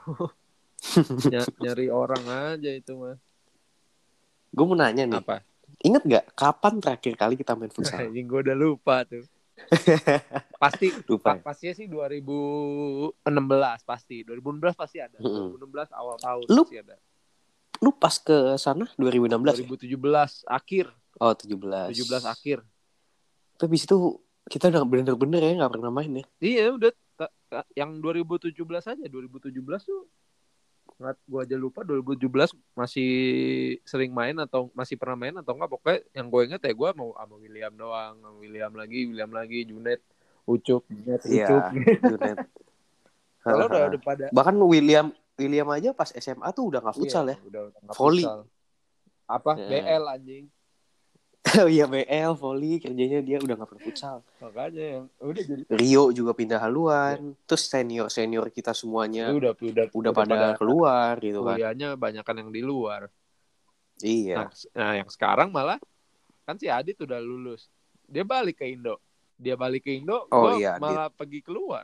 Ny- nyari orang aja itu mah. Gue mau nanya nih. Apa? Ingat gak kapan terakhir kali kita main futsal? Ini gue udah lupa tuh. Pasti Lupa. pa- pastinya sih dua ribu enam belas pasti. dua ribu enam belas pasti ada. Mm-mm. dua ribu enam belas awal tahun Lu- pasti ada. Lu pas ke sana dua ribu enam belas dua ribu tujuh belas ya? akhir. Oh, tujuh belas. tujuh belas akhir. Tapi habis itu kita udah bener-bener ya gak pernah main ya. Iya udah ta- ta- yang dua ribu tujuh belas aja. dua ribu tujuh belas tuh nggak, gua aja lupa dua ribu tujuh belas masih sering main atau masih pernah main atau enggak. Pokoknya yang gue inget ya gue mau sama William doang, sama William lagi, William lagi, Junet, Ucup, Junet, Ucup. Iya, Junet. Kalau udah udah pada Bahkan William William aja pas S M A tuh udah gak futsal iya, ya. udah, udah nggak Volley. futsal. Apa? Ya. B L anjing. Oh iya, B L, volley, kerjanya dia udah gak pernah futsal. Makanya yang udah jadi Rio juga pindah haluan. Terus senior-senior kita semuanya udah udah udah pada keluar gitu kan. kuliahnya banyakan yang di luar. Iya. Nah, nah, yang sekarang malah kan si Adit udah lulus. Dia balik ke Indo. Dia balik ke Indo, Oh, gua iya, malah pergi keluar.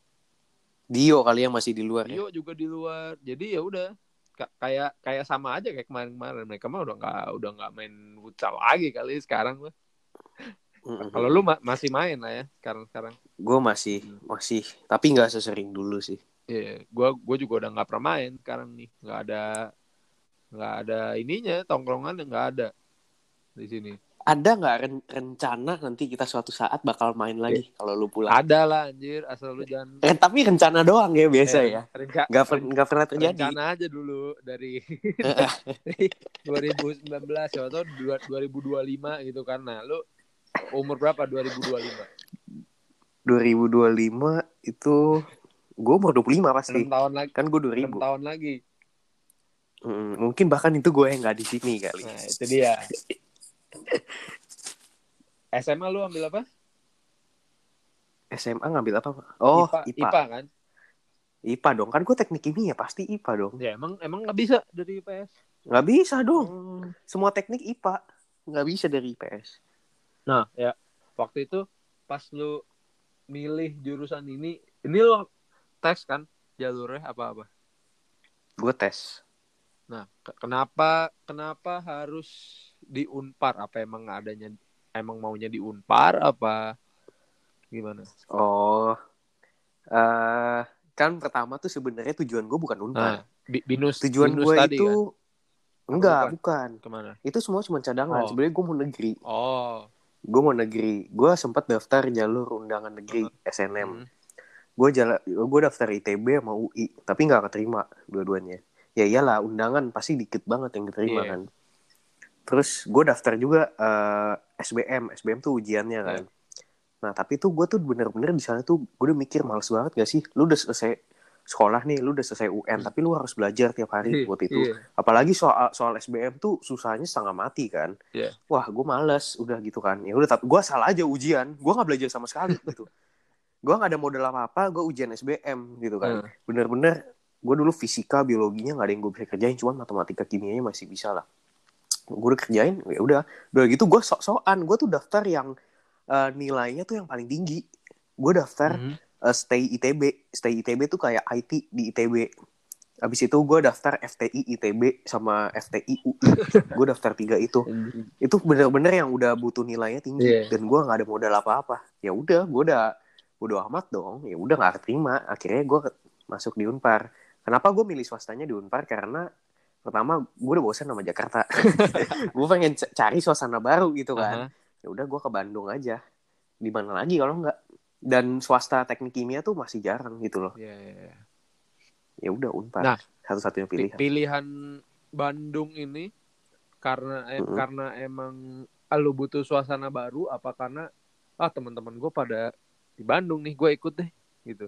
Dio kali yang masih di luar ya. Dio juga di luar. Jadi ya udah Ka- kayak kayak sama aja kayak kemarin-kemarin. Mereka mah udah nggak udah nggak main futsal lagi kali sekarang mah. Mm-mm. Kalau lu ma- masih main lah ya sekarang-sekarang. Gue masih masih tapi nggak sesering dulu sih. Iya, gua gua juga udah nggak pernah main sekarang nih. Nggak ada nggak ada ininya, tongkrongan nggak ada di sini. Ada nggak ren- rencana nanti kita suatu saat bakal main lagi kalau lu pulang? Ada lah anjir, asal lu jangan Eh, tapi rencana doang ya biasa eh, ya. renca- Nggak per- nggak pernah terjadi. rencana aja dulu dari dua ribu sembilan belas atau dua ribu dua puluh lima gitu kan. Nah, lu umur berapa dua ribu dua puluh lima? dua ribu dua puluh lima itu gue umur dua puluh lima pasti. enam tahun lagi. Kan gue dua enam ribu. tahun lagi. Hmm, mungkin bahkan itu gue yang nggak di sini kali. Nah, itu dia. S M A lu ambil apa? S M A ngambil apa? Oh, I P A, I P A. I P A kan? I P A dong. Kan gue teknik kimia pasti I P A dong. Ya emang emang nggak bisa dari I P S. Nggak bisa dong. Hmm. Semua teknik I P A nggak bisa dari I P S. Nah, ya waktu itu pas lu milih jurusan ini, ini lu tes kan jalurnya apa-apa? Gue tes. Nah, ke- kenapa kenapa harus di Unpar? Apa emang adanya emang maunya di Unpar apa gimana? Oh, uh, kan pertama tuh sebenarnya tujuan gue bukan Nah, Unpar. bi- binus Tujuan binus gue tadi itu kan? enggak, bukan? bukan. Kemana? Itu semua cuma Oh. cadangan. Sebenarnya gue mau negeri. Oh, Gue mau negeri. Gue sempat daftar jalur undangan negeri S N M. hmm. Gue jala, gue daftar I T B sama U I, tapi nggak keterima dua-duanya. Ya iyalah, undangan pasti dikit banget yang diterima Iya. kan. Terus gue daftar juga uh, S B M. S B M tuh ujiannya kan. Iya. Nah tapi tuh gue tuh bener-bener di sana tuh gue udah mikir males banget gak sih. Lu udah selesai sekolah nih, lu udah selesai U N, Hmm. tapi lu harus belajar tiap hari buat itu. Iya. Apalagi soal soal S B M tuh susahnya setengah mati kan. Iya. Wah gue males udah gitu kan. Ya udah, tapi gue salah aja ujian. Gue nggak belajar sama sekali gitu. Gue nggak ada modal apa-apa. Gue ujian S B M gitu kan. Hmm. Bener-bener gue dulu fisika, biologinya nggak ada yang gue bisa kerjain. Cuman matematika, kimianya masih bisa lah. Gue udah kerjain. Ya udah, udah gitu gue sok-sokan. Gue tuh daftar yang uh, nilainya tuh yang paling tinggi. Gue daftar Mhm. uh, stay I T B. Stay I T B tuh kayak I T di I T B. Abis itu gue daftar F T I I T B sama F T I U I. Gue daftar tiga itu. Itu bener-bener yang udah butuh nilainya tinggi. Yeah. Dan gue nggak ada modal apa-apa. Ya udah, gue udah bodo amat dong. Ya udah nggak keterima. Akhirnya gue masuk di Unpar. Kenapa gue milih swastanya di Unpar? Karena pertama gue udah bosan sama Jakarta. Gue pengen c- cari suasana baru gitu kan. Uh-huh. Ya udah gue ke Bandung aja. Di mana lagi kalau nggak? Dan swasta teknik kimia tuh masih jarang gitu loh. Yeah, yeah, yeah. Ya udah Unpar. Nah, satu-satunya pilihan. Pilihan Bandung ini karena eh, mm-hmm. karena emang lu butuh suasana baru, apa karena ah teman-teman gue pada di Bandung nih, gue ikut deh gitu.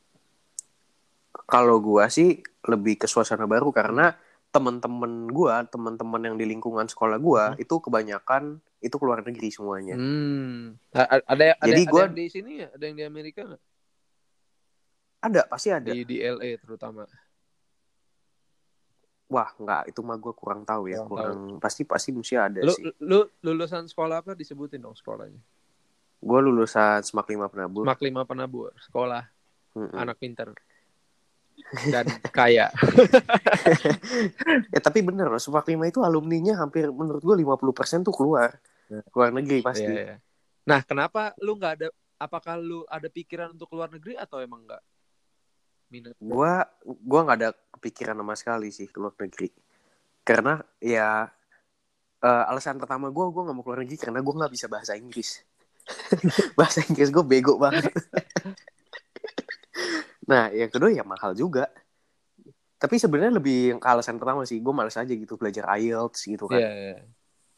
Kalau gue sih lebih ke suasana baru karena teman-teman gue, teman-teman yang di lingkungan sekolah gue hmm. itu kebanyakan itu keluar negeri semuanya. Hmm. Ada ada, Jadi ada gua, yang di sini ya, ada yang di Amerika nggak? Ada, pasti ada. Di di L A terutama. Wah, nggak, itu mah gue kurang tahu ya, kurang, kurang tahu. pasti pasti mesti ada lu, sih. Lu lulusan sekolah apa, disebutin dong sekolahnya? Gue lulusan Smak lima Penabur. Smak lima Penabur, sekolah Mm-mm. anak pintar dan kaya. Ya tapi bener loh, Smak lima itu alumninya hampir menurut gue lima puluh persen tuh keluar. Keluar negeri pasti. Iya, iya. Nah, kenapa lu nggak ada, apakah lu ada pikiran untuk keluar negeri atau emang nggak? Gue gue nggak ada kepikiran sama sekali sih keluar negeri. Karena ya uh, alasan pertama gue, gue nggak mau keluar negeri karena gue nggak bisa bahasa Inggris. Bahasa Inggris gue bego banget. Nah, yang kedua ya mahal juga. Tapi sebenarnya lebih ke alasan pertama sih, gue males aja gitu belajar I E L T S gitu kan. Iya, yeah, yeah.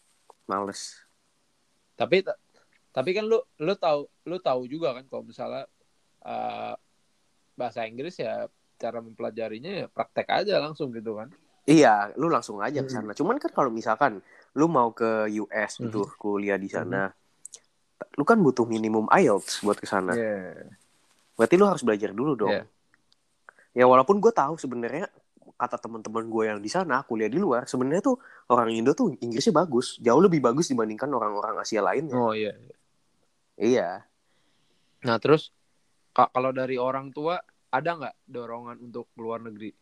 Males. Tapi tapi kan lu lu tahu lu tahu juga kan kalau misalnya uh, bahasa Inggris ya cara mempelajarinya ya praktek aja langsung gitu kan. Iya, lu langsung aja ke sana. Mm-hmm. Cuman kan kalau misalkan lu mau ke U S gitu, mm-hmm. kuliah di sana. Mm-hmm. Lu kan butuh minimum I E L T S buat ke sana. Yeah. Berarti lu harus belajar dulu dong. Yeah. Ya walaupun gue tahu sebenarnya kata teman-teman gue yang di sana kuliah di luar, sebenarnya tuh orang Indo tuh Inggrisnya bagus, jauh lebih bagus dibandingkan orang-orang Asia lainnya. Oh iya. Iya. Nah terus k- kalau dari orang tua ada nggak dorongan untuk keluar negeri?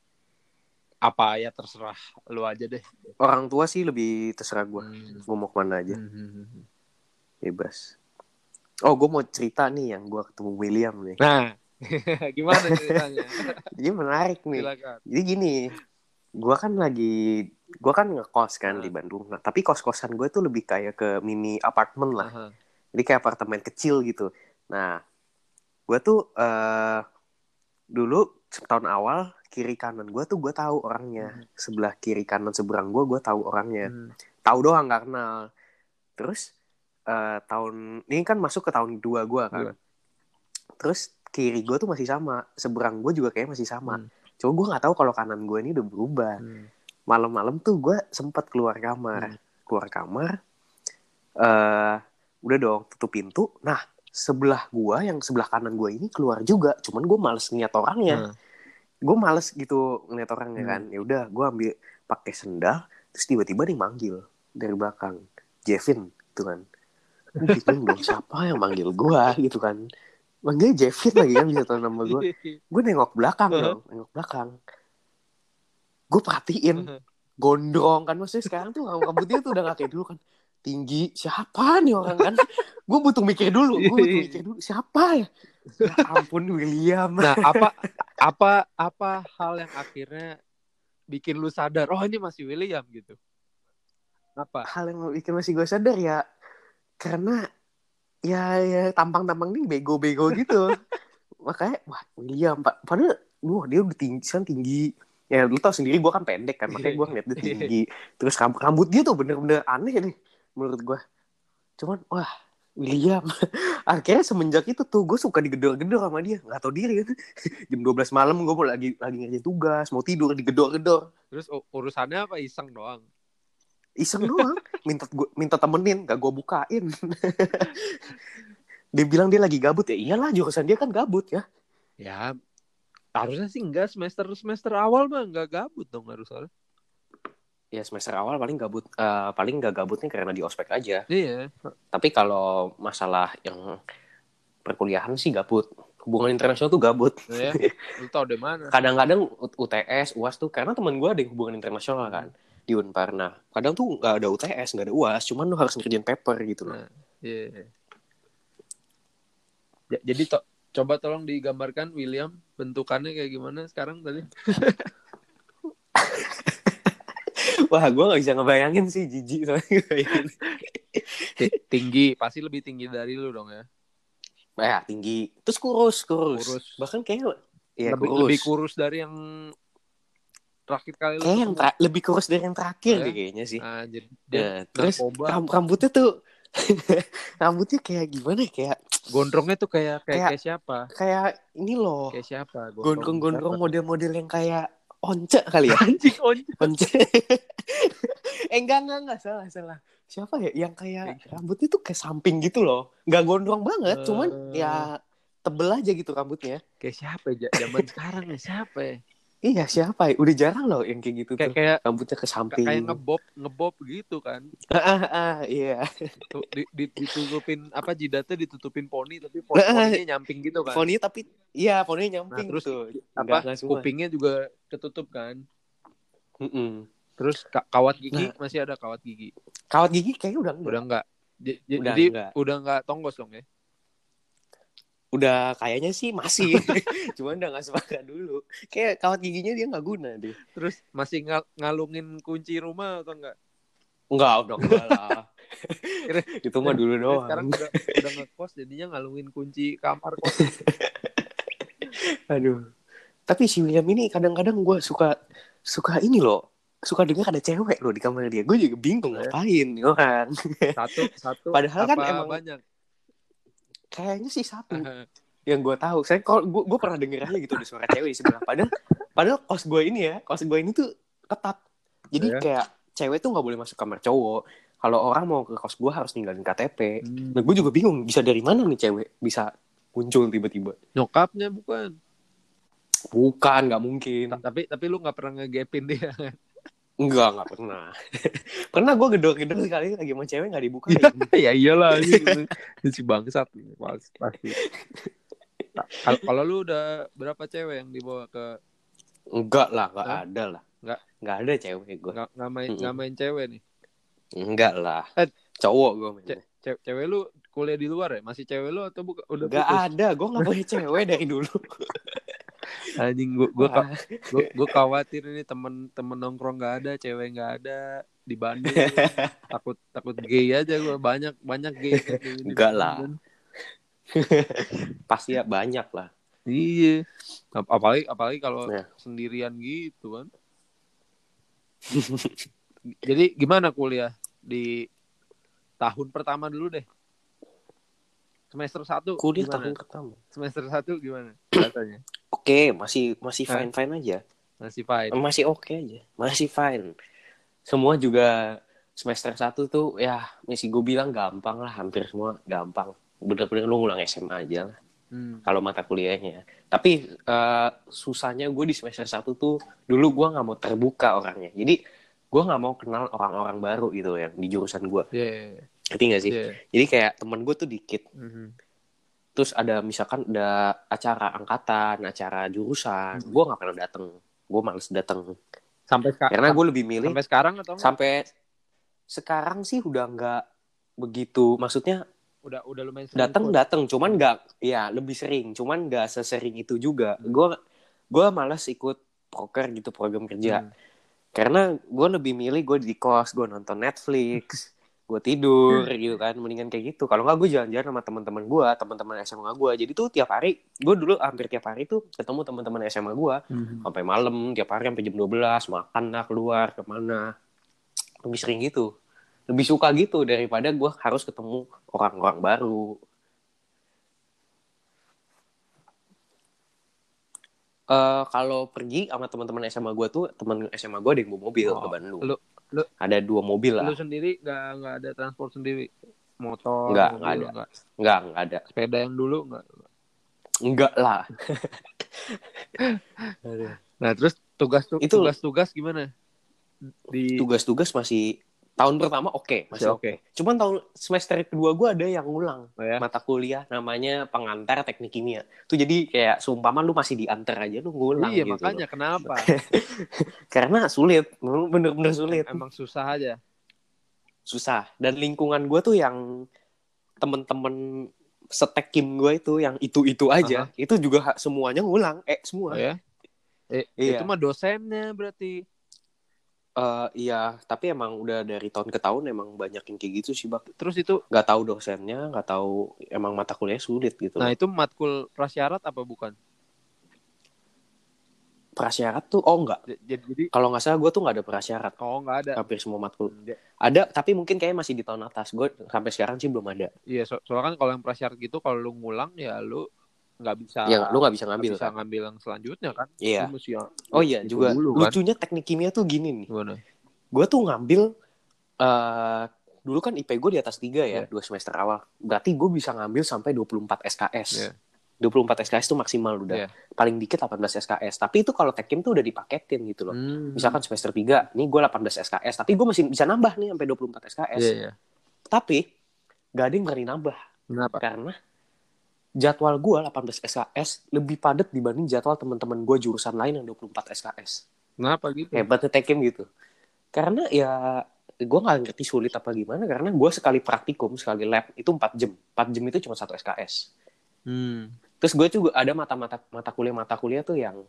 Apa ya terserah lu aja deh. Orang tua sih lebih terserah gue, hmm. gue mau kemana aja, hmm. bebas. Oh gue mau cerita nih yang gue ketemu William nih. Nah. Gimana ceritanya? Jadi menarik nih. Silakan. Jadi gini, gue kan lagi, gue kan ngekos kan uh. di Bandung. Nah, tapi kos-kosan gue tuh lebih kayak ke mini apartemen lah. Uh-huh. Jadi kayak apartemen kecil gitu. Nah, gue tuh uh, dulu setahun awal kiri kanan gue tuh gue tahu orangnya. Uh-huh. Sebelah kiri kanan seberang gue gue tahu orangnya. Uh-huh. Tahu doang nggak kenal. Terus uh, tahun ini kan masuk ke tahun kedua gue kan. Uh-huh. Terus kiri gue tuh masih sama, seberang gue juga kayak masih sama. Hmm. Cuma gue nggak tahu kalau kanan gue ini udah berubah. Hmm. Malam-malam tuh gue sempat keluar kamar, hmm. keluar kamar, uh, udah dong tutup pintu. Nah sebelah gue, yang sebelah kanan gue ini keluar juga. Cuman gue males ngeliat orangnya. Hmm. Gue males gitu ngeliat orangnya hmm. kan. Ya udah, gue ambil pakai sendal, terus tiba-tiba nih manggil dari belakang, Jevin, gitu kan. Gue bingung dong siapa yang manggil gue gitu kan. Manggilnya Jevin lagi kan, bisa tahu nama gue. Gue nengok belakang dong, nengok belakang. Gue perhatiin, gondrong kan. Maksudnya sekarang tuh rambutnya tuh udah gak kayak dulu kan. Tinggi, siapa nih orang kan. Gue butuh mikir dulu, gue butuh mikir dulu. Siapa ya? Ya ampun William. Nah apa apa apa hal yang akhirnya bikin lu sadar, oh ini masih William gitu? Apa? Hal yang bikin masih gue sadar ya, karena ya ya tampang-tampang nih bego-bego gitu. Makanya wah William Pak, padahal wah dia udah tinggi kan, tinggi ya, lu tau sendiri gue kan pendek kan, makanya gue ngeliat dia tinggi. Terus rambut, rambut dia tuh bener-bener aneh nih menurut gue. Cuman wah William. Akhirnya semenjak itu tuh gue suka digedor-gedor sama dia, nggak tau diri kan. Jam dua belas malam gue mau lagi lagi ngerjain tugas, mau tidur digedor-gedor. Terus urusannya apa, iseng doang? Iseng doang, minta gua, minta temenin, gak gue bukain. Dia bilang dia lagi gabut, ya iyalah jurusan dia kan gabut ya. Ya harusnya sih enggak, semester semester awal mah enggak gabut dong harusnya. ya semester awal paling gabut, uh, paling nggak gabutnya karena di ospek aja. Iya. Tapi kalau masalah yang perkuliahan sih gabut. Hubungan internasional tuh gabut. Ya, lu tau dari mana? Kadang-kadang U T S, U A S tuh karena teman gue ada yang hubungan internasional kan di Unpar. Nah, kadang tuh nggak ada U T S, nggak ada U A S, cuman lu harus ngerjain paper gitu loh. Nah, iya. Ja- Jadi to- coba tolong digambarkan William bentukannya kayak gimana sekarang tadi? Wah, gue nggak bisa ngebayangin sih, jijik soalnya ngebayangin. Ti- tinggi, pasti lebih tinggi dari lu dong ya. Ya, tinggi. Terus kurus, kurus. Kurus. Bahkan kayaknya ya lebih kurus. lebih kurus dari yang terakhir kali lu Kayak yang ketemu. tra- lebih kurus dari yang terakhir Oh, ya? deh kayaknya sih. Ah, jadi dia Nah, terus narkoba. ram- rambutnya tuh rambutnya kayak gimana ya? Kayak Gondrongnya tuh kayak kayak, kayak kayak siapa? kayak ini loh. Kayak siapa? Gondrong-gondrong siapa? model-model yang kayak once kali ya. Anjing once. Once. eh enggak enggak enggak salah salah. Siapa ya yang kayak rambutnya tuh kayak samping gitu loh. Enggak gondrong banget, uh... cuman ya tebel aja gitu rambutnya. Kayak siapa ya? Zaman sekarang nih siapa ya? Iya siapa ya? Udah jarang loh yang kayak gitu kayak, tuh. Kayak rambutnya ke samping. Kayak ngebob ngebob gitu kan. Ah ah iya. Di, di, ditutupin apa jidatnya ditutupin poni tapi poni, poninya nyamping gitu kan. Poni tapi iya poninya nyamping. Nah, terus tuh. Apa Enggak, kupingnya juga ketutup kan. Mm-mm. Terus kawat gigi nah, masih ada kawat gigi. Kawat gigi kayaknya udah enggak. Udah enggak. J- j- udah jadi enggak. udah enggak tonggos dong ya. Udah kayaknya sih masih. Cuman udah gak sepakat dulu. Kayak kawat giginya dia gak guna deh. Terus masih ngal- ngalungin kunci rumah atau enggak? Enggak, udah enggak lah. Itu mah dulu doang. Sekarang udah, udah ngekos jadinya ngalungin kunci kamar kos. Aduh. Tapi si William ini kadang-kadang gue suka suka ini loh. Suka dengar ada cewek loh di kamar dia. Gue juga bingung ya. Ngapain orang. Satu satu. Padahal apa kan emang banyak. Kayaknya sih satu yang gue tahu. Saya kalau gue gue pernah denger aja gitu ada suara cewek di sebelah. Padahal padahal kos gue ini ya, kos gue ini tuh ketat. Jadi ya. Kayak cewek tuh nggak boleh masuk kamar cowok. Kalau orang mau ke kos gue harus ninggalin K T P. Hmm. Nah gue juga bingung bisa dari mana nih cewek bisa muncul tiba-tiba. Nyokapnya bukan? Bukan, nggak mungkin. Ta- tapi tapi lu nggak pernah ngegepin dia kan? Enggak, nggak pernah. Pernah gue gedor-gedor sekali lagi sama cewek nggak dibukain. Ya iyalah gitu. Si bangsat pasti. Kalau kalau lu udah berapa cewek yang dibawa ke? Enggak lah, nggak Hah? ada lah. Nggak nggak ada cewek gue. Nggak nggak main nggak main cewek nih. Enggak lah. Eh, cowok gue main. Ce- ce- cewek lu kuliah di luar ya? Masih cewek lu atau buka, udah nggak putus? ada, gue nggak punya cewek dari dulu. Anjing gue gue gue gue khawatir ini temen-temen nongkrong nggak ada, cewek nggak ada di Bandung. takut takut gay aja gue, banyak banyak gay. Enggak lah. Pasti ya banyak lah. Iya. Apalagi apalagi kalau ya. Sendirian gitu kan. Jadi gimana kuliah di tahun pertama dulu deh? Semester satu kuliah gimana? Tahun pertama. Semester satu gimana rasanya? Oke, masih masih fine fine aja. Masih fine. Masih oke aja. Masih fine. Semua juga semester satu tuh ya masih gue bilang gampang lah, hampir semua gampang. Bener-bener lu ngulang S M A aja lah. Hmm. Kalau mata kuliahnya. Tapi uh, susahnya gue di semester satu tuh dulu gue nggak mau terbuka orangnya. Jadi gue nggak mau kenal orang-orang baru gitu yang di jurusan gue. Yeah. Ngerti gak sih? Yeah. Jadi kayak temen gue tuh dikit. Mm-hmm. Terus ada misalkan ada acara angkatan, acara jurusan, mm-hmm. gue nggak pernah dateng. Gue males dateng. Sampai sekarang. Karena gue lebih milih. Sampai sekarang atau enggak? Sampai sekarang sih udah nggak begitu. Maksudnya udah udah lumayan sering. Dateng dateng, cuman nggak, ya lebih sering. Cuman nggak sesering itu juga. Gue hmm. gue malas ikut proker gitu, program kerja. Hmm. Karena gue lebih milih gue di kos, gue nonton Netflix. Gue tidur gitu kan, mendingan kayak gitu. Kalau nggak gue jalan-jalan sama teman-teman gue, teman-teman S M A gue. Jadi tuh tiap hari, gue dulu hampir tiap hari tuh ketemu teman-teman S M A gue, mm-hmm. sampai malam, tiap hari sampai jam dua belas, makan lah, keluar kemana. Lebih sering gitu, lebih suka gitu daripada gue harus ketemu orang-orang baru. Uh, kalau pergi sama teman-teman S M A gue tuh, teman S M A gue ada yang bawa mobil oh, ke Bandung. Lu, lu, ada dua mobil lah. Lu sendiri nggak nggak ada transport sendiri, motor? Nggak nggak ada. Nggak nggak nggak ada. Sepeda yang dulu nggak? Nggak lah. Nah terus tugas tugas tugas gimana? di tugas-tugas masih tahun pertama oke, okay, masih oke. Okay. Cuman tahun semester kedua gue ada yang ngulang oh ya? mata kuliah namanya pengantar teknik kimia. Tuh jadi kayak seumpama lu masih diantar aja lu ngulang iya, gitu. Iya makanya loh. Kenapa? Karena sulit, bener-bener sulit. Emang susah aja. Susah. Dan lingkungan gue tuh yang temen-temen setekim gue itu yang itu-itu aja, uh-huh. itu juga semuanya ngulang, eh semua. Oh ya? Eh, iya. Itu mah dosennya berarti. Uh, iya, tapi emang udah dari tahun ke tahun emang banyak yang kayak gitu sih, Bak. Terus itu nggak tahu dosennya, nggak tahu emang mata kuliahnya sulit gitu. Nah, loh. itu matkul prasyarat apa bukan? Prasyarat tuh, oh enggak. Jadi, jadi... kalau nggak salah gue tuh nggak ada prasyarat. Oh, nggak ada. Hampir semua matkul. Hmm. Ada, tapi mungkin kayaknya masih di tahun atas. Gue sampai sekarang sih belum ada. Iya, so- soalnya kan kalau yang prasyarat gitu, kalau lu ngulang ya lu nggak bisa. Ya, lu nggak bisa ngambil. Gak bisa kan? ngambil yang selanjutnya kan? Iya. Mesti yang, oh iya, juga dulu, lucunya kan? teknik kimia tuh gini nih. Gimana? Gue tuh ngambil uh, dulu kan I P gue di atas tiga ya, yeah. dua semester awal. Berarti gue bisa ngambil sampai dua puluh empat S K S. Yeah. dua puluh empat S K S tuh maksimal udah. Yeah. Paling dikit delapan belas S K S. Tapi itu kalau tekim tuh udah dipaketin gitu loh. Hmm. Misalkan semester tiga, nih gue delapan belas S K S. Tapi gue masih bisa nambah nih sampai dua puluh empat S K S. Yeah, yeah. Tapi gak ada yang berani nambah. Kenapa? Karena jadwal gue delapan belas S K S lebih padat dibanding jadwal teman-teman gue jurusan lain yang dua puluh empat S K S. Kenapa gitu? Hebatnya tekim gitu. Karena ya gue gak ngerti sulit apa gimana. Karena gue sekali praktikum, sekali lab itu empat jam. empat jam itu cuma satu S K S. Hmm. Terus gue juga ada mata-mata mata kuliah-mata kuliah tuh yang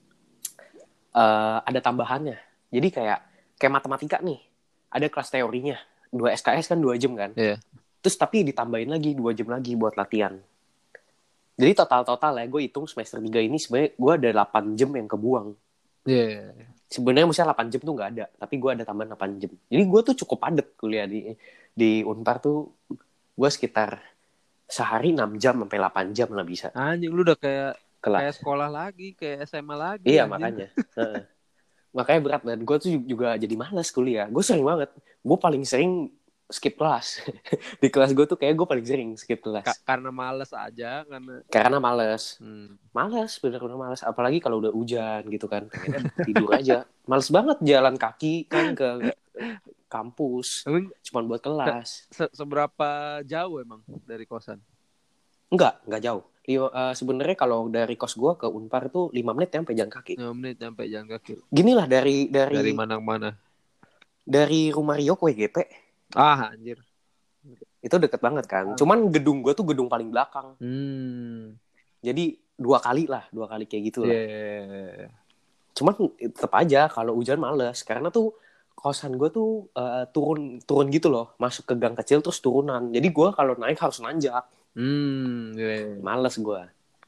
uh, ada tambahannya. Jadi kayak kayak matematika nih. Ada kelas teorinya. dua S K S kan dua jam kan. Yeah. Terus tapi ditambahin lagi dua jam lagi buat latihan. Jadi total-total ya gue hitung semester tiga ini sebenarnya gue ada delapan jam yang kebuang. Iya. Yeah. Sebenarnya misalnya delapan jam tuh nggak ada, tapi gue ada tambahan delapan jam. Jadi gue tuh cukup padat kuliah di di Unpar tuh. Gue sekitar sehari enam jam sampai delapan jam lah bisa. Anjing lu udah kayak Kelas. Kayak sekolah lagi, kayak S M A lagi. Iya anjing. makanya. Makanya berat dan gue tuh juga jadi malas kuliah. Gue sering banget. Gue paling sering skip kelas. Di kelas gue tuh kayak gue paling sering skip kelas. Ka- karena males aja, karena karena males. Hmm. Males, bener-bener males. Apalagi kalau udah hujan gitu kan. Pengennya tidur aja. Males banget jalan kaki kan ke kampus. Emang cuman buat kelas. Se- seberapa jauh emang dari kosan? Enggak, enggak jauh. Uh, sebenarnya kalau dari kos gue ke Unpar tuh lima menit sampai jalan kaki. lima menit sampai jalan kaki. Gini lah dari dari dari mana ke mana? Dari rumah Rio ke W G P. Ah, anjir. Itu deket banget kan. Ah. Cuman gedung gue tuh gedung paling belakang. Hmm. Jadi dua kali lah, dua kali kayak gitu lah. Yeah. Cuman tetap aja kalau hujan males karena tuh kosan gue tuh uh, turun turun gitu loh, masuk ke gang kecil terus turunan. Jadi gue kalau naik harus nanjak. Hmm, yeah. Males gue.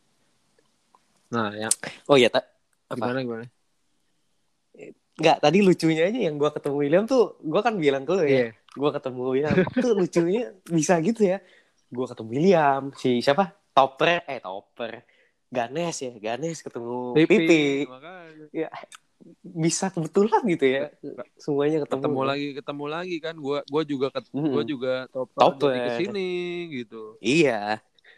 Nah, ya. Oh iya, tak. Gimana gimana? Enggak, tadi lucunya aja yang gue ketemu William tuh, gue kan bilang ke lu ya, yeah. gue ketemu William tuh lucunya bisa gitu ya. Gue ketemu William, si siapa? Topper, eh Topper, Ganes ya, Ganes ketemu Pipi. Pipi. Ya, bisa kebetulan gitu ya, semuanya ketemu. Ketemu ya. lagi, ketemu lagi kan, gue gue juga ket, hmm. gue juga Topper, Topper. jadi kesini gitu. Iya,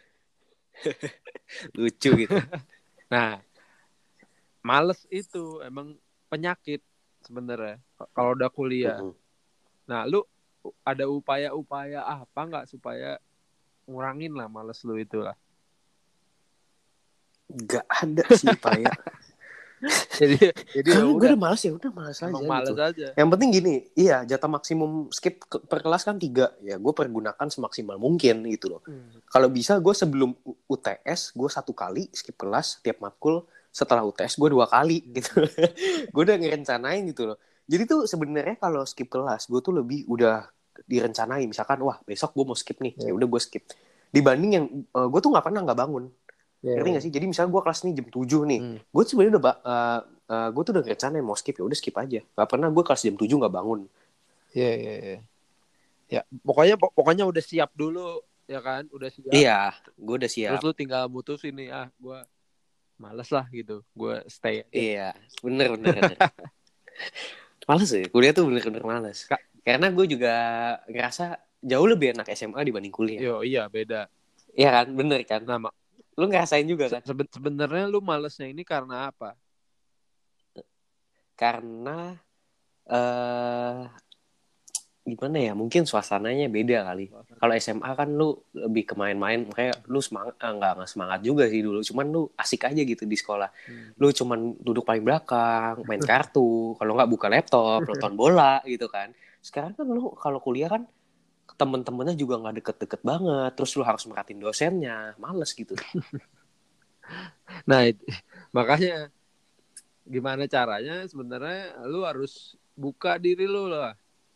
lucu gitu. Nah, males itu emang penyakit sebenarnya kalau udah kuliah. Uh-huh. Nah, lu ada upaya-upaya apa nggak supaya ngurangin lah males lu itu lah? Gak ada sih upaya. jadi jadi kalau gue udah males ya udah males aja. Males gitu. aja. Yang penting gini, iya jatah maksimum skip per kelas kan tiga, ya gue pergunakan semaksimal mungkin gitu loh. Hmm. Kalau bisa gue sebelum U T S gue satu kali skip kelas tiap matkul. Setelah U T S gue dua kali gitu. Gue udah ngerencanain gitu loh. Jadi tuh sebenarnya kalau skip kelas gue tuh lebih udah direncanain. Misalkan wah besok gue mau skip nih, yeah. ya udah gue skip. Dibanding yang uh, gue tuh nggak pernah nggak bangun. Yeah. Ngerti nggak sih? Jadi misalnya gue kelas nih jam tujuh nih, hmm. gue sebenarnya udah uh, uh, gue tuh udah ngerencanain mau skip ya udah skip aja. Gak pernah gue kelas jam tujuh nggak bangun. Iya yeah, iya yeah, iya. Yeah. Ya pokoknya pokoknya udah siap dulu ya kan, udah siap. Iya, gue udah siap. Terus lu tinggal mutusin nih ah gue males lah gitu, gue stay aja. Iya, bener bener. bener. Males ya, kuliah tuh bener-bener males. Ka- Karena gue juga ngerasa jauh lebih enak S M A dibanding kuliah. Yo iya beda. Iya kan, bener kan. Nah, lu ngerasain juga kan? Seben- sebenarnya lu malesnya ini karena apa? Karena eh gimana ya, mungkin suasananya beda kali. Kalau S M A kan lu lebih ke main-main, kayak lu semangat, eh, nggak nggak semangat juga sih dulu, cuman lu asik aja gitu di sekolah. Hmm. Lu cuman duduk paling belakang, main kartu, kalau nggak buka laptop, nonton bola gitu kan. Sekarang kan lu kalau kuliah kan temen-temennya juga nggak deket-deket banget, terus lu harus merhatiin dosennya, males gitu. Nah, itu, makanya gimana caranya sebenarnya lu harus buka diri lu lah.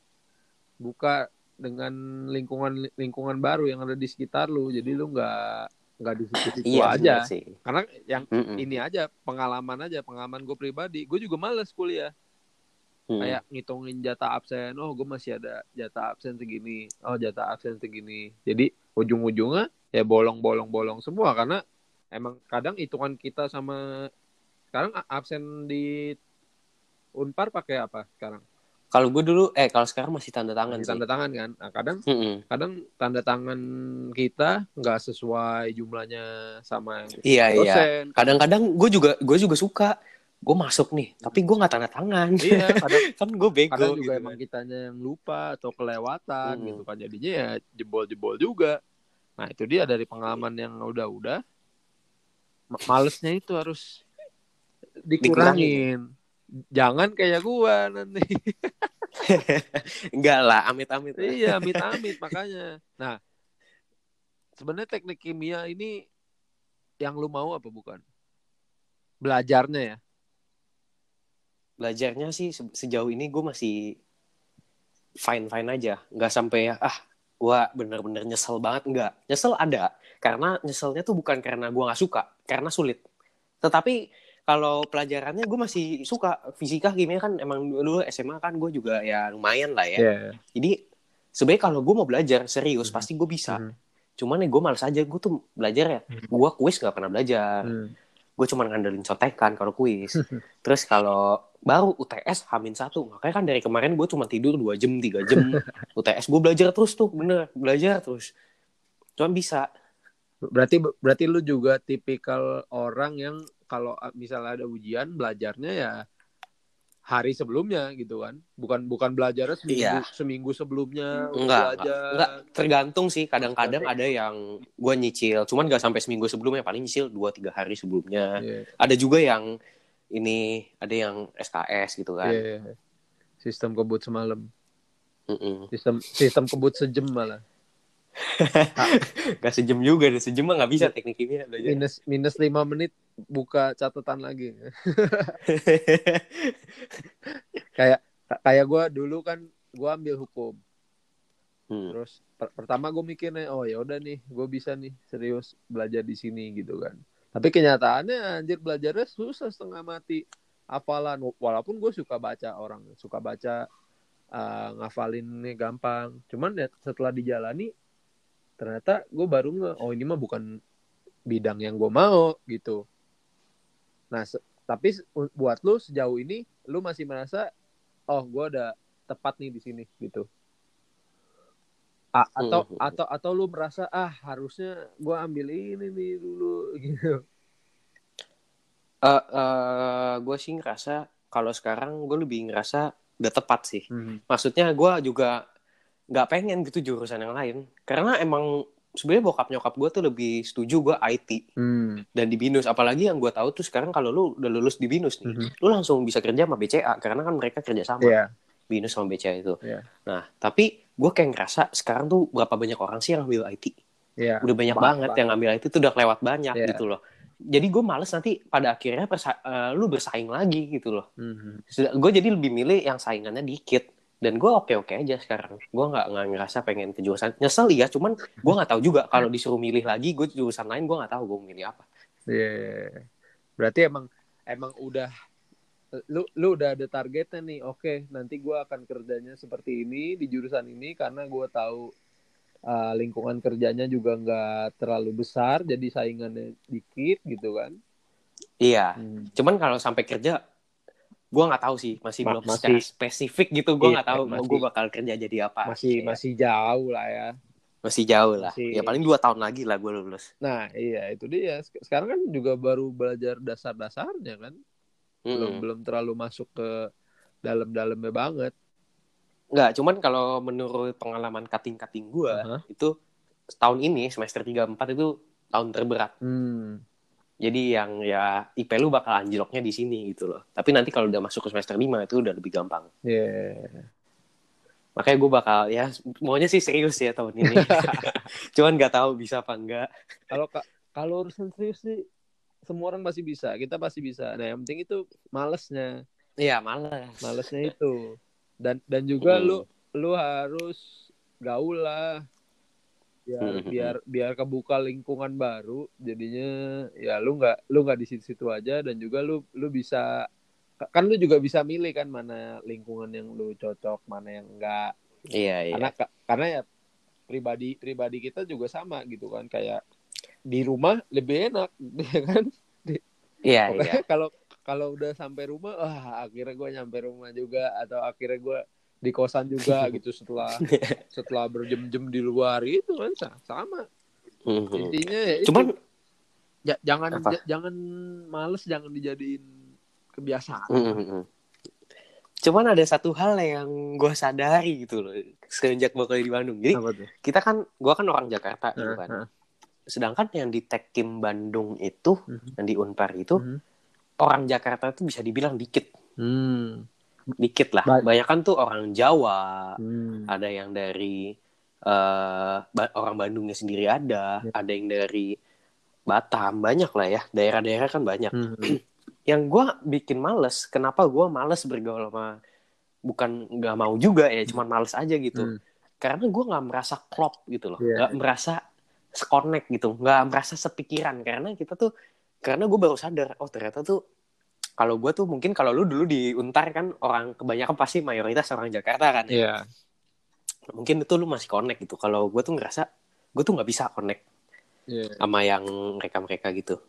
Buka dengan lingkungan lingkungan baru yang ada di sekitar lu. Jadi lu nggak nggak di situ-situ Iya bener aja. sih. Karena yang Mm-mm. ini aja pengalaman aja, pengalaman gue pribadi. Gue juga males kuliah. Mm-mm. Kayak ngitungin jatah absen. Oh, gue masih ada jatah absen segini. Oh, jatah absen segini. Jadi ujung-ujungnya ya bolong-bolong-bolong semua karena emang kadang hitungan kita sama sekarang absen di Unpar pakai apa sekarang? Kalau gue dulu, eh kalau sekarang masih tanda tangan Masih sih. tanda tangan kan? Nah, kadang Mm-mm. kadang tanda tangan kita nggak sesuai jumlahnya sama Iya iya. dosen. Kadang Kadang-kadang gue juga gue juga suka. Gue masuk nih, tapi gue nggak tanda tangan. iya, kadang Kan gue kadang bego juga gitu emang kan. kitanya yang lupa atau kelewatan gitu Mm-mm. kan. Jadinya ya jebol-jebol juga. Nah, itu dia dari pengalaman yang udah-udah malesnya itu harus Dikurangin ya. dikurangin. Jangan kayak gua nanti. Enggak lah, amit-amit lah. Iya, amit-amit makanya. Nah, sebenarnya teknik kimia ini yang lu mau apa bukan? Belajarnya ya. Belajarnya sih se- sejauh ini gue masih fine-fine aja. Nggak sampai ya, ah gue bener-bener nyesel banget. Nggak. Nyesel ada. Karena nyeselnya tuh bukan karena gue nggak suka. Karena sulit. Tetapi kalau pelajarannya gue masih suka. Fisika, kimia kan emang dulu S M A kan gue juga ya lumayan lah ya. Yeah. Jadi sebenarnya kalau gue mau belajar serius, Mm-hmm. pasti gue bisa. Mm-hmm. Cuman ya gue males aja. Gue tuh belajar ya. Gue kuis nggak pernah belajar. Mm. Gue cuma ngandelin contekan kalau kuis. Terus kalau baru U T S Hamin satu, makanya kan dari kemarin gue cuma tidur dua jam tiga jam. U T S gue belajar terus tuh, bener belajar terus. Cuma bisa. Berarti berarti lu juga tipikal orang yang kalau misalnya ada ujian belajarnya ya hari sebelumnya gitu kan. Bukan bukan belajarnya seminggu Iya. seminggu sebelumnya udah Enggak, enggak, belajar. enggak. Tergantung sih. Kadang-kadang Tergantung. ada yang gue nyicil, cuman nggak sampai seminggu sebelumnya. Paling nyicil dua tiga hari sebelumnya. Yeah. Ada juga yang ini, ada yang S K S gitu kan. Yeah. Sistem kebut semalam. Mm-mm. Sistem sistem kebut sejam malah. Gak sejam juga, sejam mah nggak bisa teknik kimia belajar. Minus minus lima menit buka catatan lagi. kayak kayak gue dulu kan gue ambil hukum. Hmm. Terus per- pertama gue mikirnya oh ya udah nih gue bisa nih serius belajar di sini gitu kan. Tapi kenyataannya anjir belajarnya susah setengah mati. Hafalan walaupun gue suka baca orang suka baca uh, ngafalinnya gampang. Cuman ya setelah dijalani ternyata gue baru nge oh ini mah bukan bidang yang gue mau gitu. Nah se- tapi buat lu sejauh ini lu masih merasa oh gue udah tepat nih di sini gitu. A- atau hmm. atau atau lu merasa ah harusnya gue ambil ini nih dulu gitu. Uh, uh, gue sih ngerasa kalau sekarang gue lebih ngerasa udah tepat sih. Hmm. Maksudnya gue juga nggak pengen gitu jurusan yang lain karena emang sebenarnya bokap nyokap gue tuh lebih setuju gue I T hmm. dan di BINUS. Apalagi yang gue tahu tuh sekarang kalau lu udah lulus di BINUS nih, hmm. lu langsung bisa kerja sama B C A karena kan mereka kerja sama. Yeah. BINUS sama B C A itu. Yeah. Nah, tapi gue kayak ngerasa sekarang tuh berapa banyak orang sih yang ambil I T. Yeah. Udah banyak bah, banget bah. yang ambil I T tuh udah kelewat banyak yeah. gitu loh. Jadi gue males nanti pada akhirnya persa- uh, lu bersaing lagi gitu loh. Mm-hmm. Gue jadi lebih milih yang saingannya dikit. Dan gue oke-oke aja sekarang. Gue nggak nggak ngerasa pengen ke jurusan. Nyesel ya, cuman gue nggak tahu juga kalau disuruh milih lagi, gue jurusan lain gue nggak tahu gue milih apa. Iya. Yeah. Berarti emang emang udah lu lu udah ada targetnya nih. Oke, nanti gue akan kerjanya seperti ini di jurusan ini karena gue tahu uh, lingkungan kerjanya juga nggak terlalu besar, jadi saingannya dikit gitu kan. Iya. Hmm. Cuman kalau sampai kerja gue nggak tahu sih, masih Ma- belum masih, secara spesifik gitu. Gue nggak iya, tahu mau gue bakal kerja jadi apa. Masih ya. masih jauh lah ya. Masih jauh lah. Masih... Ya paling dua tahun lagi lah gue lulus. Nah iya itu dia. Sekarang kan juga baru belajar dasar-dasarnya kan. Belum hmm. belum terlalu masuk ke dalam-dalamnya banget. Enggak, cuman kalau menurut pengalaman cutting-cutting gue, uh-huh. itu tahun ini semester tiga empat itu tahun terberat. Hmm. Jadi yang ya I P lu bakal anjloknya di sini gitu loh. Tapi nanti kalau udah masuk ke semester lima itu udah lebih gampang. Iya. Yeah. Makanya gue bakal ya maunya sih serius ya tahun ini. Cuman nggak tahu bisa apa enggak. Kalau kalau urusan serius sih semua orang pasti bisa. Kita pasti bisa. Nah, yang penting itu malesnya. Iya, males. Malesnya itu. Dan dan juga mm. lu lu harus gaul lah. Biar mm-hmm. biar biar kebuka lingkungan baru, jadinya ya lu nggak lu nggak di situ-situ aja, dan juga lu lu bisa kan lu juga bisa milih kan mana lingkungan yang lu cocok, mana yang enggak. Iya, karena iya. karena ya pribadi pribadi kita juga sama gitu kan, kayak di rumah lebih enak ya kan. Iya, Pokoknya iya. kalau kalau udah sampai rumah, wah akhirnya gue nyampe rumah juga, atau akhirnya gue di kosan juga gitu setelah setelah berjam-jam di luar itu kan sama. Mm-hmm. Intinya ya itu. Cuman J- jangan j- jangan males, jangan dijadiin kebiasaan. Mm-hmm. Cuman ada satu hal yang gue sadari gitu loh semenjak gue kuliah di Bandung. Jadi kita kan, gue kan orang Jakarta gitu kan. Uh-huh. Sedangkan yang di Tekim Bandung itu, uh-huh. yang di Unpar itu, uh-huh. orang Jakarta itu bisa dibilang dikit. Hmm. Dikit lah. Ba- Banyak kan tuh orang Jawa, hmm. ada yang dari uh, ba- orang Bandungnya sendiri ada, yeah. ada yang dari Batam, banyak lah ya. Daerah-daerah kan banyak. Hmm. Yang gue bikin males, kenapa gue males bergaul sama, bukan nggak mau juga ya, cuman males aja gitu. Hmm. Karena gue nggak merasa klop gitu loh, nggak yeah. merasa se-connect gitu, nggak merasa sepikiran. Karena kita tuh, karena gue baru sadar, oh ternyata tuh kalau gue tuh mungkin kalau lu dulu di Untar kan orang kebanyakan pasti mayoritas orang Jakarta kan. Iya. Yeah. Mungkin itu lu masih connect gitu. Kalau gue tuh ngerasa gue tuh nggak bisa connect yeah. sama yang mereka-mereka gitu.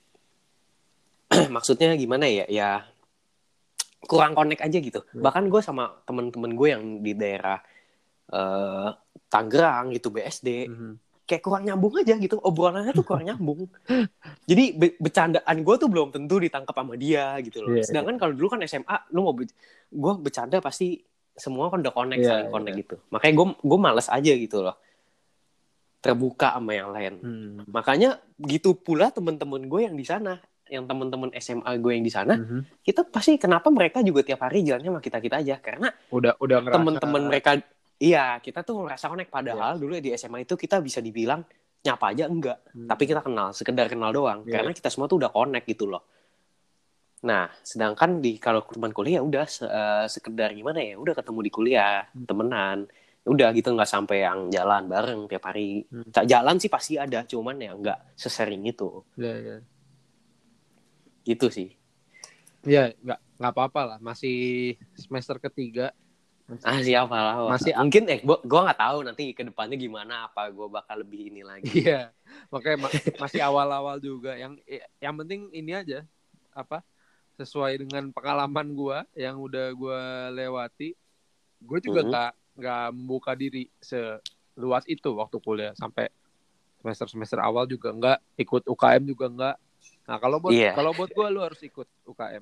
Maksudnya gimana ya? Ya kurang connect aja gitu. Yeah. Bahkan gue sama temen-temen gue yang di daerah uh, Tangerang gitu B S D. Mm-hmm. Kayak kurang nyambung aja gitu, obrolannya tuh kurang nyambung. Jadi be- bercandaan gue tuh belum tentu ditangkap sama dia gitu loh. Yeah, Sedangkan yeah. kalau dulu kan S M A, lu mau be- gue bercanda pasti semua kan udah connect, yeah, saling connect yeah. gitu. Makanya gue gue malas aja gitu loh, terbuka sama yang lain. Hmm. Makanya gitu pula teman-teman gue yang di sana, yang teman-teman S M A gue yang di sana, mm-hmm. kita pasti kenapa mereka juga tiap hari jalannya sama kita kita aja, karena udah udah ngerasa... teman-teman mereka. Iya, kita tuh ngerasa connect. Padahal yeah. dulu di S M A itu kita bisa dibilang nyapa aja enggak. Hmm. Tapi kita kenal, sekedar kenal doang. Yeah. Karena kita semua tuh udah connect gitu loh. Nah, sedangkan di kalau teman kuliah udah uh, sekedar gimana ya, udah ketemu di kuliah, hmm. temenan. Udah gitu, nggak sampai yang jalan bareng tiap hari. Hmm. Jalan sih pasti ada, cuman ya nggak sesering itu. Iya, yeah, iya. Yeah. Gitu sih. Iya, yeah, nggak nggak apa-apa lah. Masih semester ketiga. Ah siapa lah, masih mungkin eh gua gua nggak tahu nanti ke depannya gimana, apa gua bakal lebih ini lagi. Iya, makanya ma- masih awal-awal juga. Yang yang penting ini aja, apa sesuai dengan pengalaman gua yang udah gua lewati. Gue juga nggak mm-hmm. nggak membuka diri seluas itu waktu kuliah, sampai semester semester awal juga nggak ikut U K M juga nggak. Nah kalau buat yeah. kalau buat gua lu harus ikut U K M.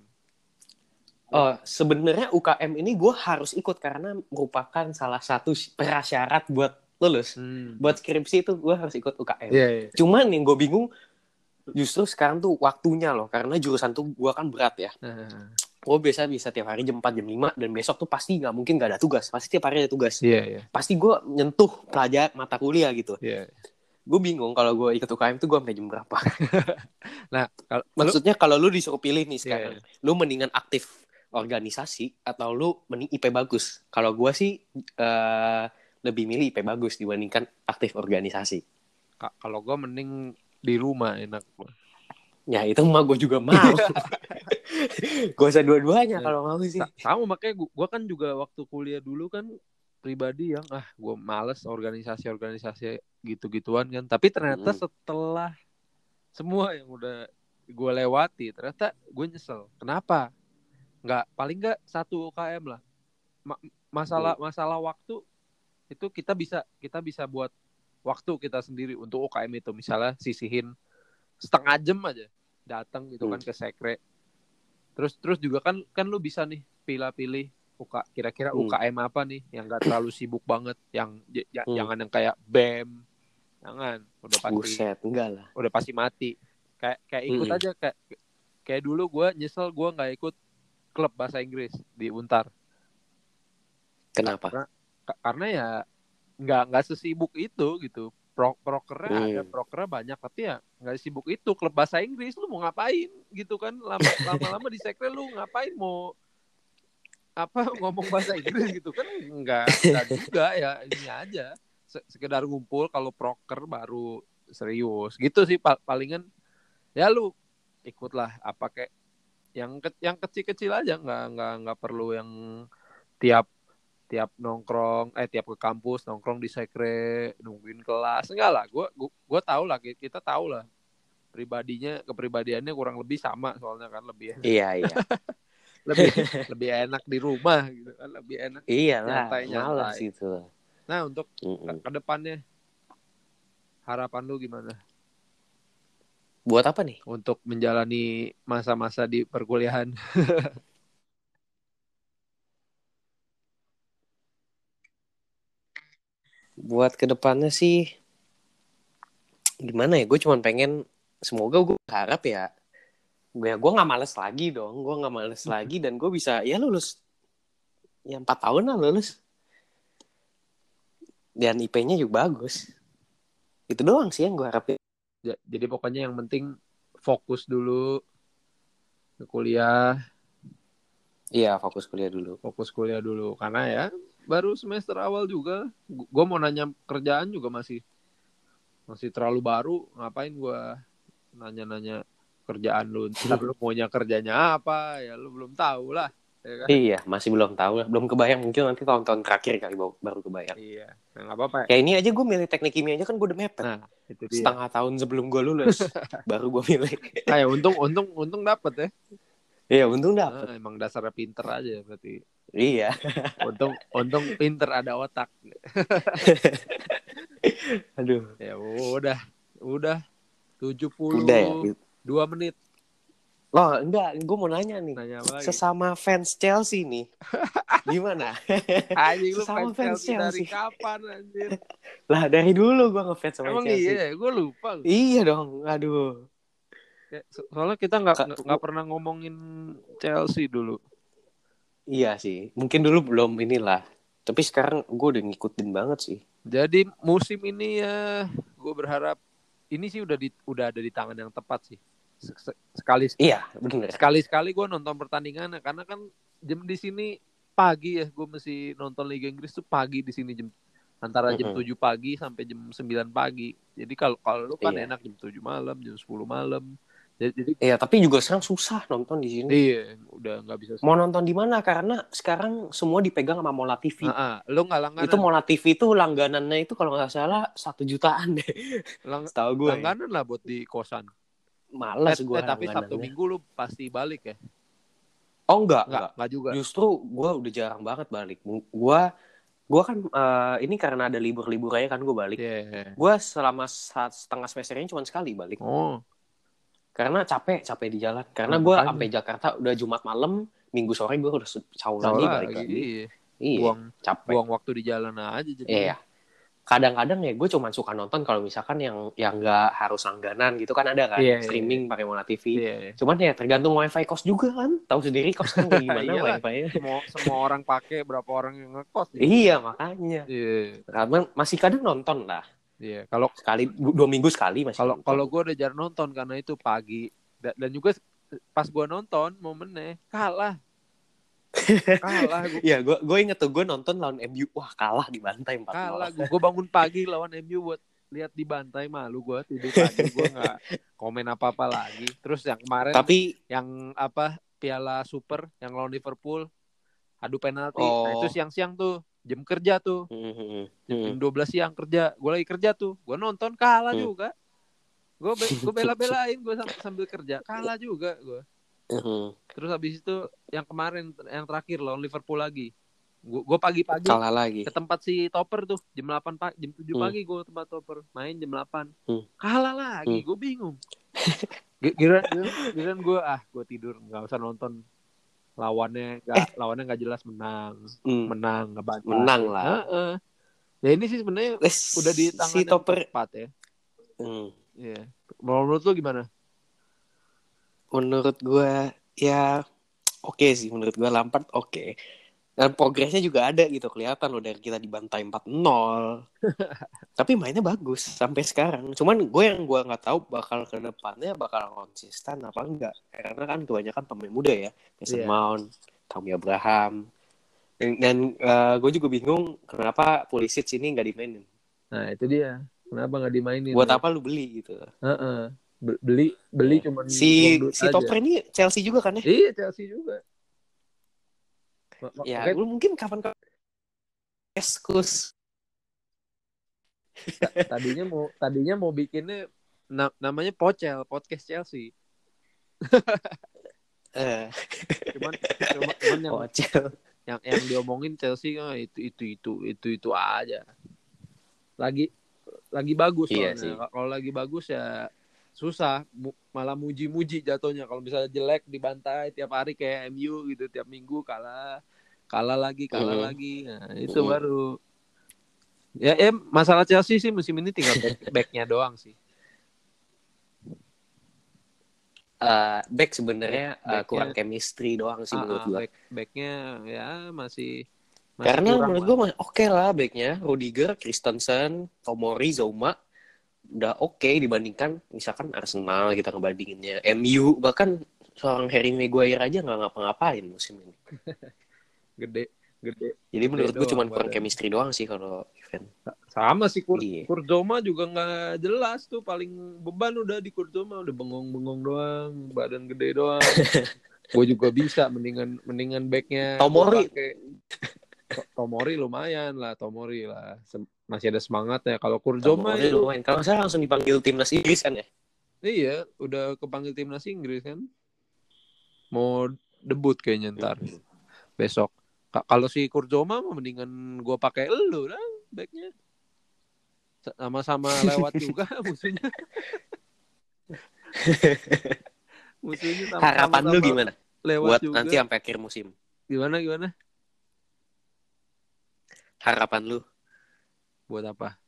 Oh, sebenarnya U K M ini gue harus ikut karena merupakan salah satu prasyarat buat lulus. Hmm. Buat skripsi itu gue harus ikut U K M. Yeah, yeah. Cuman yang gue bingung justru sekarang tuh waktunya loh, karena jurusan tuh gue kan berat ya. Uh. Gue biasa bisa tiap hari jam empat, jam lima, dan besok tuh pasti nggak mungkin nggak ada tugas. Pasti tiap hari ada tugas. Yeah, yeah. Pasti gue nyentuh pelajaran mata kuliah gitu. Yeah. Gue bingung kalau gue ikut U K M tuh gue sampai jam berapa. Nah, kalo, maksudnya kalau lu disuruh pilih nih sekarang, yeah, yeah. lu mendingan aktif organisasi atau lu mending I P bagus? Kalau gue sih uh, lebih milih I P bagus dibandingkan aktif organisasi. K- kalau gue mending di rumah enak. Ya itu mah gue juga mau. Gue usah dua-duanya ya, kalau mau sih. Sama, makanya gue kan juga waktu kuliah dulu kan pribadi yang ah gue males organisasi-organisasi gitu-gituan kan. Tapi ternyata hmm. setelah semua yang udah gue lewati, ternyata gue nyesel. Kenapa? Nggak, paling nggak satu U K M lah. Ma- masalah masalah waktu itu kita bisa kita bisa buat waktu kita sendiri untuk U K M itu, misalnya sisihin setengah jam aja datang gitu hmm. kan ke sekre. Terus terus juga kan kan lu bisa nih pilih-pilih U K, kira-kira Hmm. U K M apa nih yang gak terlalu sibuk banget, yang j- j- Hmm. jangan yang kayak B E M, jangan, udah pasti Buset, enggak lah. udah pasti mati. Kayak kayak ikut Mm-mm. aja kayak kayak dulu gue nyesel gue nggak ikut klub bahasa Inggris di Untar. Kenapa? Karena karena ya nggak nggak sesibuk itu gitu. Pro, prokernya ada, Hmm. prokernya banyak, tapi ya nggak sibuk itu. Klub bahasa Inggris lu mau ngapain gitu kan, lama lama-lama di sekre lu ngapain, mau apa ngomong bahasa Inggris gitu kan, nggak nggak juga ya, ini aja sekedar ngumpul. Kalau proker baru serius gitu sih palingan ya, lu ikutlah apa kayak yang ke, yang kecil-kecil aja, nggak nggak nggak perlu yang tiap tiap nongkrong eh tiap ke kampus nongkrong di sekre nungguin kelas, enggak lah. Gue gue tahu lah, kita tahu lah pribadinya, kepribadiannya kurang lebih sama soalnya kan, lebih enak. Iya iya. lebih lebih enak di rumah gitu kan, lebih enak Iyalah, malas nyantai-nyantai. itu. Nah untuk Mm-mm. ke depannya harapan lu gimana? Buat apa nih? Untuk menjalani masa-masa di perkuliahan. Buat kedepannya sih gimana ya? Gue cuma pengen, semoga gue harap ya, gue gue nggak males lagi dong, gue nggak males lagi dan gue bisa ya lulus, ya empat tahun lah lulus, dan I P-nya juga bagus. Itu doang sih yang gue harapin. Jadi pokoknya yang penting fokus dulu ke kuliah. Iya, fokus kuliah dulu. Fokus kuliah dulu. Karena ya baru semester awal juga. Gue mau nanya kerjaan juga masih masih terlalu baru. Ngapain gue nanya-nanya kerjaan lu? Ntar lu maunya kerjanya apa? Ya lu belum tahu lah. Ya kan? Iya, masih belum tahu lah. Belum kebayang. Mungkin nanti tahun-tahun terakhir kali baru kebayang. Iya. Nah, nggak apa-apa. Kayak ini aja gue milih teknik kimia aja kan gue udah mepet. Nah, itu dia. Setengah tahun sebelum gue lulus baru gue milih. Ah, ya, untung untung untung dapet ya. Iya, untung dapet. Nah, emang dasarnya pinter aja berarti. Iya. Untung untung pinter, ada otak. Aduh. Ya udah, udah tujuh puluh Udah ya. dua menit. Loh, enggak, gue mau nanya nih. Nanya apa lagi? Sesama fans Chelsea nih. Gimana? Anjing, lu Sesama fans fans Chelsea dari Chelsea. kapan anjir? Lah, dari dulu gue ngefans sama Emang Chelsea. iya, gue lupa. Iya dong, aduh. So- soalnya kita nggak Ka- nggak pernah ngomongin Chelsea dulu. Iya sih, mungkin dulu belum inilah. Tapi sekarang gue udah ngikutin banget sih. Jadi musim ini ya, gue berharap ini sih udah di, udah ada di tangan yang tepat sih. Sekali Iya, benar. sekali-sekali gue nonton pertandingan, karena kan jam di sini pagi ya, gue mesti nonton Liga Inggris tuh pagi di sini, jam antara jam Mm-mm. tujuh pagi sampai jam sembilan pagi. Jadi kalau kalau lu kan Iya. enak jam tujuh malam, jam sepuluh malam. Jadi, jadi Iya, tapi juga sekarang susah nonton di sini. iya, udah nggak bisa. Mau nonton di mana? Karena sekarang semua dipegang sama Mola T V. Nah, lu nggak langganan? Itu Mola T V itu langganannya itu kalau nggak salah satu jutaan deh. Lang- Setahu gue. langganan lah buat di kosan. Malas Eh, gue eh, tapi langganannya. Sabtu Minggu lu pasti balik ya? Oh enggak, Nggak, enggak. nggak juga. Justru gue udah jarang banget balik. Gue gue kan uh, ini karena ada libur-libur aja kan gue balik. Yeah. Gue selama saat setengah semesternya cuma sekali balik. Oh. Karena capek, capek di jalan. Karena Oh, gue makanya. sampai Jakarta udah Jumat malam, Minggu sore gue udah caur Tahu lagi lah, balik lagi. iya. Iya, Buang, capek. buang waktu di jalan aja jadi. Iya. Kadang-kadang ya gue cuma suka nonton kalau misalkan yang yang nggak harus langganan gitu kan, ada kan Iya, streaming iya. pakai Mola T V. Iya, iya. Cuman ya tergantung wifi kos juga kan. Tahu sendiri kos kan kayak gimana Iyalah, wifi-nya. semua semua orang pakai, berapa orang yang ngekos ya? Iya, makanya. Iya. Karena masih kadang nonton lah. Iya, kalau Sekali dua minggu sekali masih kalau nonton. kalau gue udah jarang nonton karena itu pagi. Da- dan juga pas gue nonton momennya kalah. Kalah gue. Iya, gue gue inget tuh gue nonton lawan M U, wah kalah dibantai empat nol. Kalah gue. Gue bangun pagi lawan M U buat lihat dibantai, malu gue, tidur pagi gue nggak komen apa-apa lagi. Terus yang kemarin Tapi yang apa Piala Super yang lawan Liverpool adu penalti. Oh. Nah, itu siang-siang tuh, jam kerja tuh. mm-hmm. Jam dua belas siang kerja. Gue lagi kerja tuh. Gue nonton kalah Hmm. juga. Gue be- gue bela-belain gue sam- sambil kerja. Kalah juga gue. Mm-hmm. Terus habis itu yang kemarin yang terakhir lawan Liverpool lagi. Gue gue pagi-pagi Kalah lagi. ke tempat si Topper tuh jam delapan pagi, jam tujuh Hmm. pagi gue tempat Topper main jam delapan. Hmm. Kalah lagi, Hmm. gue bingung. Giran giran gue ah gue tidur, nggak usah nonton. lawannya nggak Eh. lawannya nggak jelas menang, Hmm. menang ngebantai. Menang lah. Heeh. Ya ini sih sebenarnya Eh, udah di tangan si yang Topper. tepat ya. Hmm. Iya. Menurut lu gimana? Menurut gue ya oke okay sih, menurut gue Lampard oke. Okay. Dan progresnya juga ada gitu, kelihatan loh dari kita dibantai empat nol. Tapi mainnya bagus sampai sekarang. Cuman gue yang gue nggak tahu bakal ke depannya bakal konsisten apa enggak. Karena kan kebanyakan pemain muda ya, Mason Iya. Mount, Tammy Abraham. Dan, dan uh, gue juga bingung kenapa Pulisic ini nggak dimainin. Nah itu dia. Kenapa nggak dimainin? Buat ya? apa lu beli gitu? Heeh. Beli beli Ya. cuman Si buang duit si aja. Topper ini Chelsea juga kan ya? Iya Chelsea juga. Ya, Oke. lu mungkin kapan-kapan Eskus. Tadinya mau tadinya mau bikinnya na- namanya Pocel, podcast Chelsea. Eh, Cuman cuman, cuman yang Pocel. yang yang diomongin Chelsea oh, itu itu itu itu itu aja. Lagi lagi bagus Iya soalnya. sih. Kalau lagi bagus ya susah, malah muji-muji jatuhnya. Kalau misalnya jelek dibantai tiap hari kayak M U gitu, tiap minggu kalah, kalah lagi, kalah Mm. lagi. Nah, itu Mm. baru. Ya, eh masalah Chelsea sih musim ini tinggal back, back-nya doang sih. Uh, back sebenarnya Back, uh, kurang chemistry doang sih uh, menurut uh, gua. Back, backnya ya masih masih Karena kurang menurut lah. gua oke okay lah backnya, Rudiger, Christensen, Tomori, Zouma udah oke okay dibandingkan misalkan Arsenal kita ngebandinginnya, M U bahkan seorang Harry Maguire aja nggak ngapa-ngapain musim ini. Gede, gede. Jadi gede menurut gua cuma kurang badan. chemistry doang sih kalau event. Sama sih Kur Iya. Kurzoma juga nggak jelas tuh, paling beban udah di Kurzoma udah bengong-bengong doang, badan gede doang. Gue juga bisa mendingan mendingan backnya Tomori pakai Tomori lumayan lah, Tomori lah masih ada semangat ya. Kalau Kurzoma Tomori itu lumayan. Kalau saya langsung dipanggil timnas Inggris kan ya? iya udah kepanggil timnas Inggris kan, mau debut kayaknya ntar hmm. besok. Kalau si Kurzoma mendingan gue pakai elu lah backnya. Sama-sama lewat juga musuhnya. Musuhnya sama, harapan sama, lu gimana? Lewat buat juga. nanti sampai akhir musim. Gimana gimana? Harapan lu? Buat apa?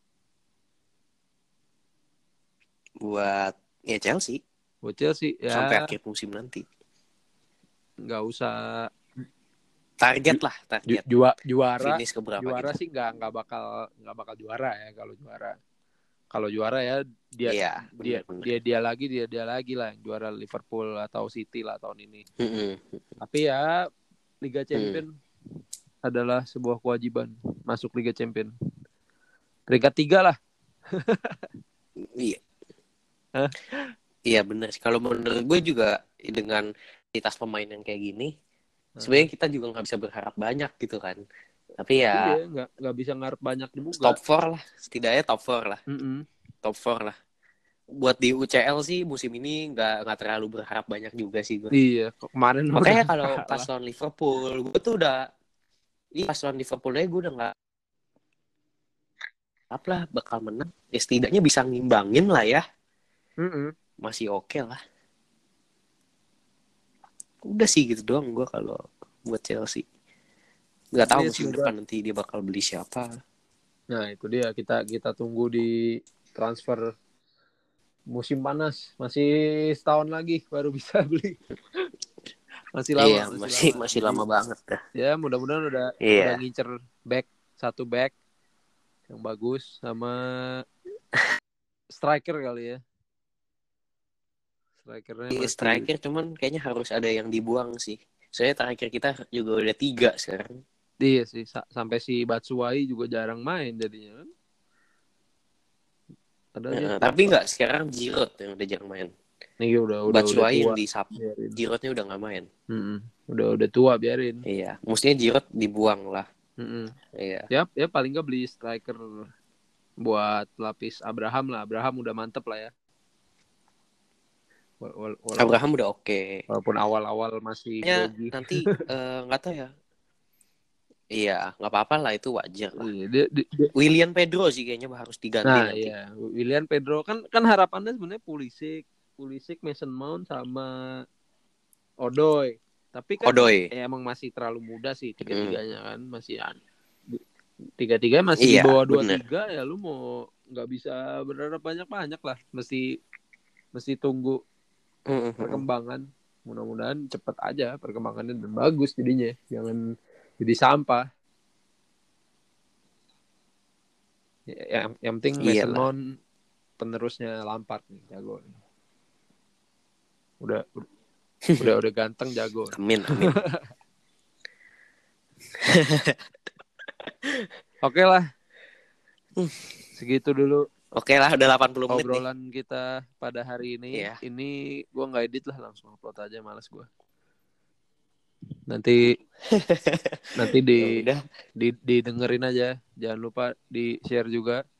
Buat ya Chelsea. Buat Chelsea ya. Sampai akhir musim nanti. Nggak usah target lah, target. Ju, juara. Finish keberapa juara gitu. sih nggak nggak bakal nggak bakal juara ya kalau juara. Kalau juara ya dia iya, bener, dia bener. dia dia lagi dia dia lagi lah yang juara Liverpool atau City lah tahun ini. Mm-hmm. Tapi ya Liga Champion mm. adalah sebuah kewajiban masuk Liga Champion. Peringkat tiga lah. Iya. Huh? Iya benar. Kalau menurut gue juga dengan kualitas pemain yang kayak gini, hmm. sebenarnya kita juga nggak bisa berharap banyak gitu kan. Tapi ya iya, nggak nggak bisa ngarep banyak juga. Top four lah, setidaknya top four lah. Mm-hmm. Top four lah. Buat di U C L sih musim ini nggak nggak terlalu berharap banyak juga sih gue. Iya, kemarin makanya kalau pas lawan Liverpool, gue tuh udah, iya pas lawan Liverpoolnya gue udah nggak lah bakal menang. Ya setidaknya bisa ngimbangin lah ya. Mm-hmm. Masih oke okay lah. Udah sih gitu doang gue kalau buat Chelsea. Nggak tahu musim juga. Depan nanti dia bakal beli siapa. Nah itu dia, kita kita tunggu di transfer musim panas, masih setahun lagi baru bisa beli. Masih lama. Iya, masih masih lama, masih lama banget dah. Ya mudah-mudahan udah iya. udah ngincer back satu back yang bagus sama striker kali ya. Strikernya masih... striker cuman kayaknya harus ada yang dibuang sih. Soalnya striker kita juga udah tiga sekarang. Iya sih, sampai si Batshuayi juga jarang main jadinya kan. Nah, tapi nggak sekarang Giroud yang udah jarang main. Nih udah udah Batshuayi udah tua. Yang disap, Giroudnya udah nggak main. Mm-mm. Udah udah tua biarin. Iya, mestinya Giroud dibuang lah. Mm-mm. Iya. Ya, ya paling nggak beli striker buat lapis Abraham lah. Abraham udah mantep lah ya. Wala- wala- Abraham udah oke. Okay. Walaupun awal-awal masih ya, grogi. Nanti nggak uh, tahu ya. Iya, nggak apa-apa lah itu wajar lah. Iya, dia, dia, dia... William Pedro sih kayaknya harus diganti nah, nanti. Iya, William Pedro kan kan harapannya sebenarnya Pulisic, Pulisic, Mason Mount sama Odoi. Tapi kan Odoi. ya emang masih terlalu muda sih Hmm. tiga-tiganya kan masih an- tiga-tiga masih di Iya, bawah dua bener. tiga ya lu mau nggak bisa berharap banyak-banyak lah. Mesti mesti tunggu Mm-mm. perkembangan. Mudah-mudahan cepet aja perkembangannya dan bagus jadinya. Jangan jadi sampah. Ya, yang, yang penting Mason Iyalah. Mount penerusnya Lampard nih jago. Udah udah udah, udah ganteng jago. Amin, amin. Oke lah. Segitu dulu Oke lah, udah delapan puluh menit nih. obrolan kita pada hari ini. Iya. Ini gue nggak edit lah, langsung upload aja, malas gue. Nanti nanti Ya di, udah. di didengerin aja. Jangan lupa di share juga.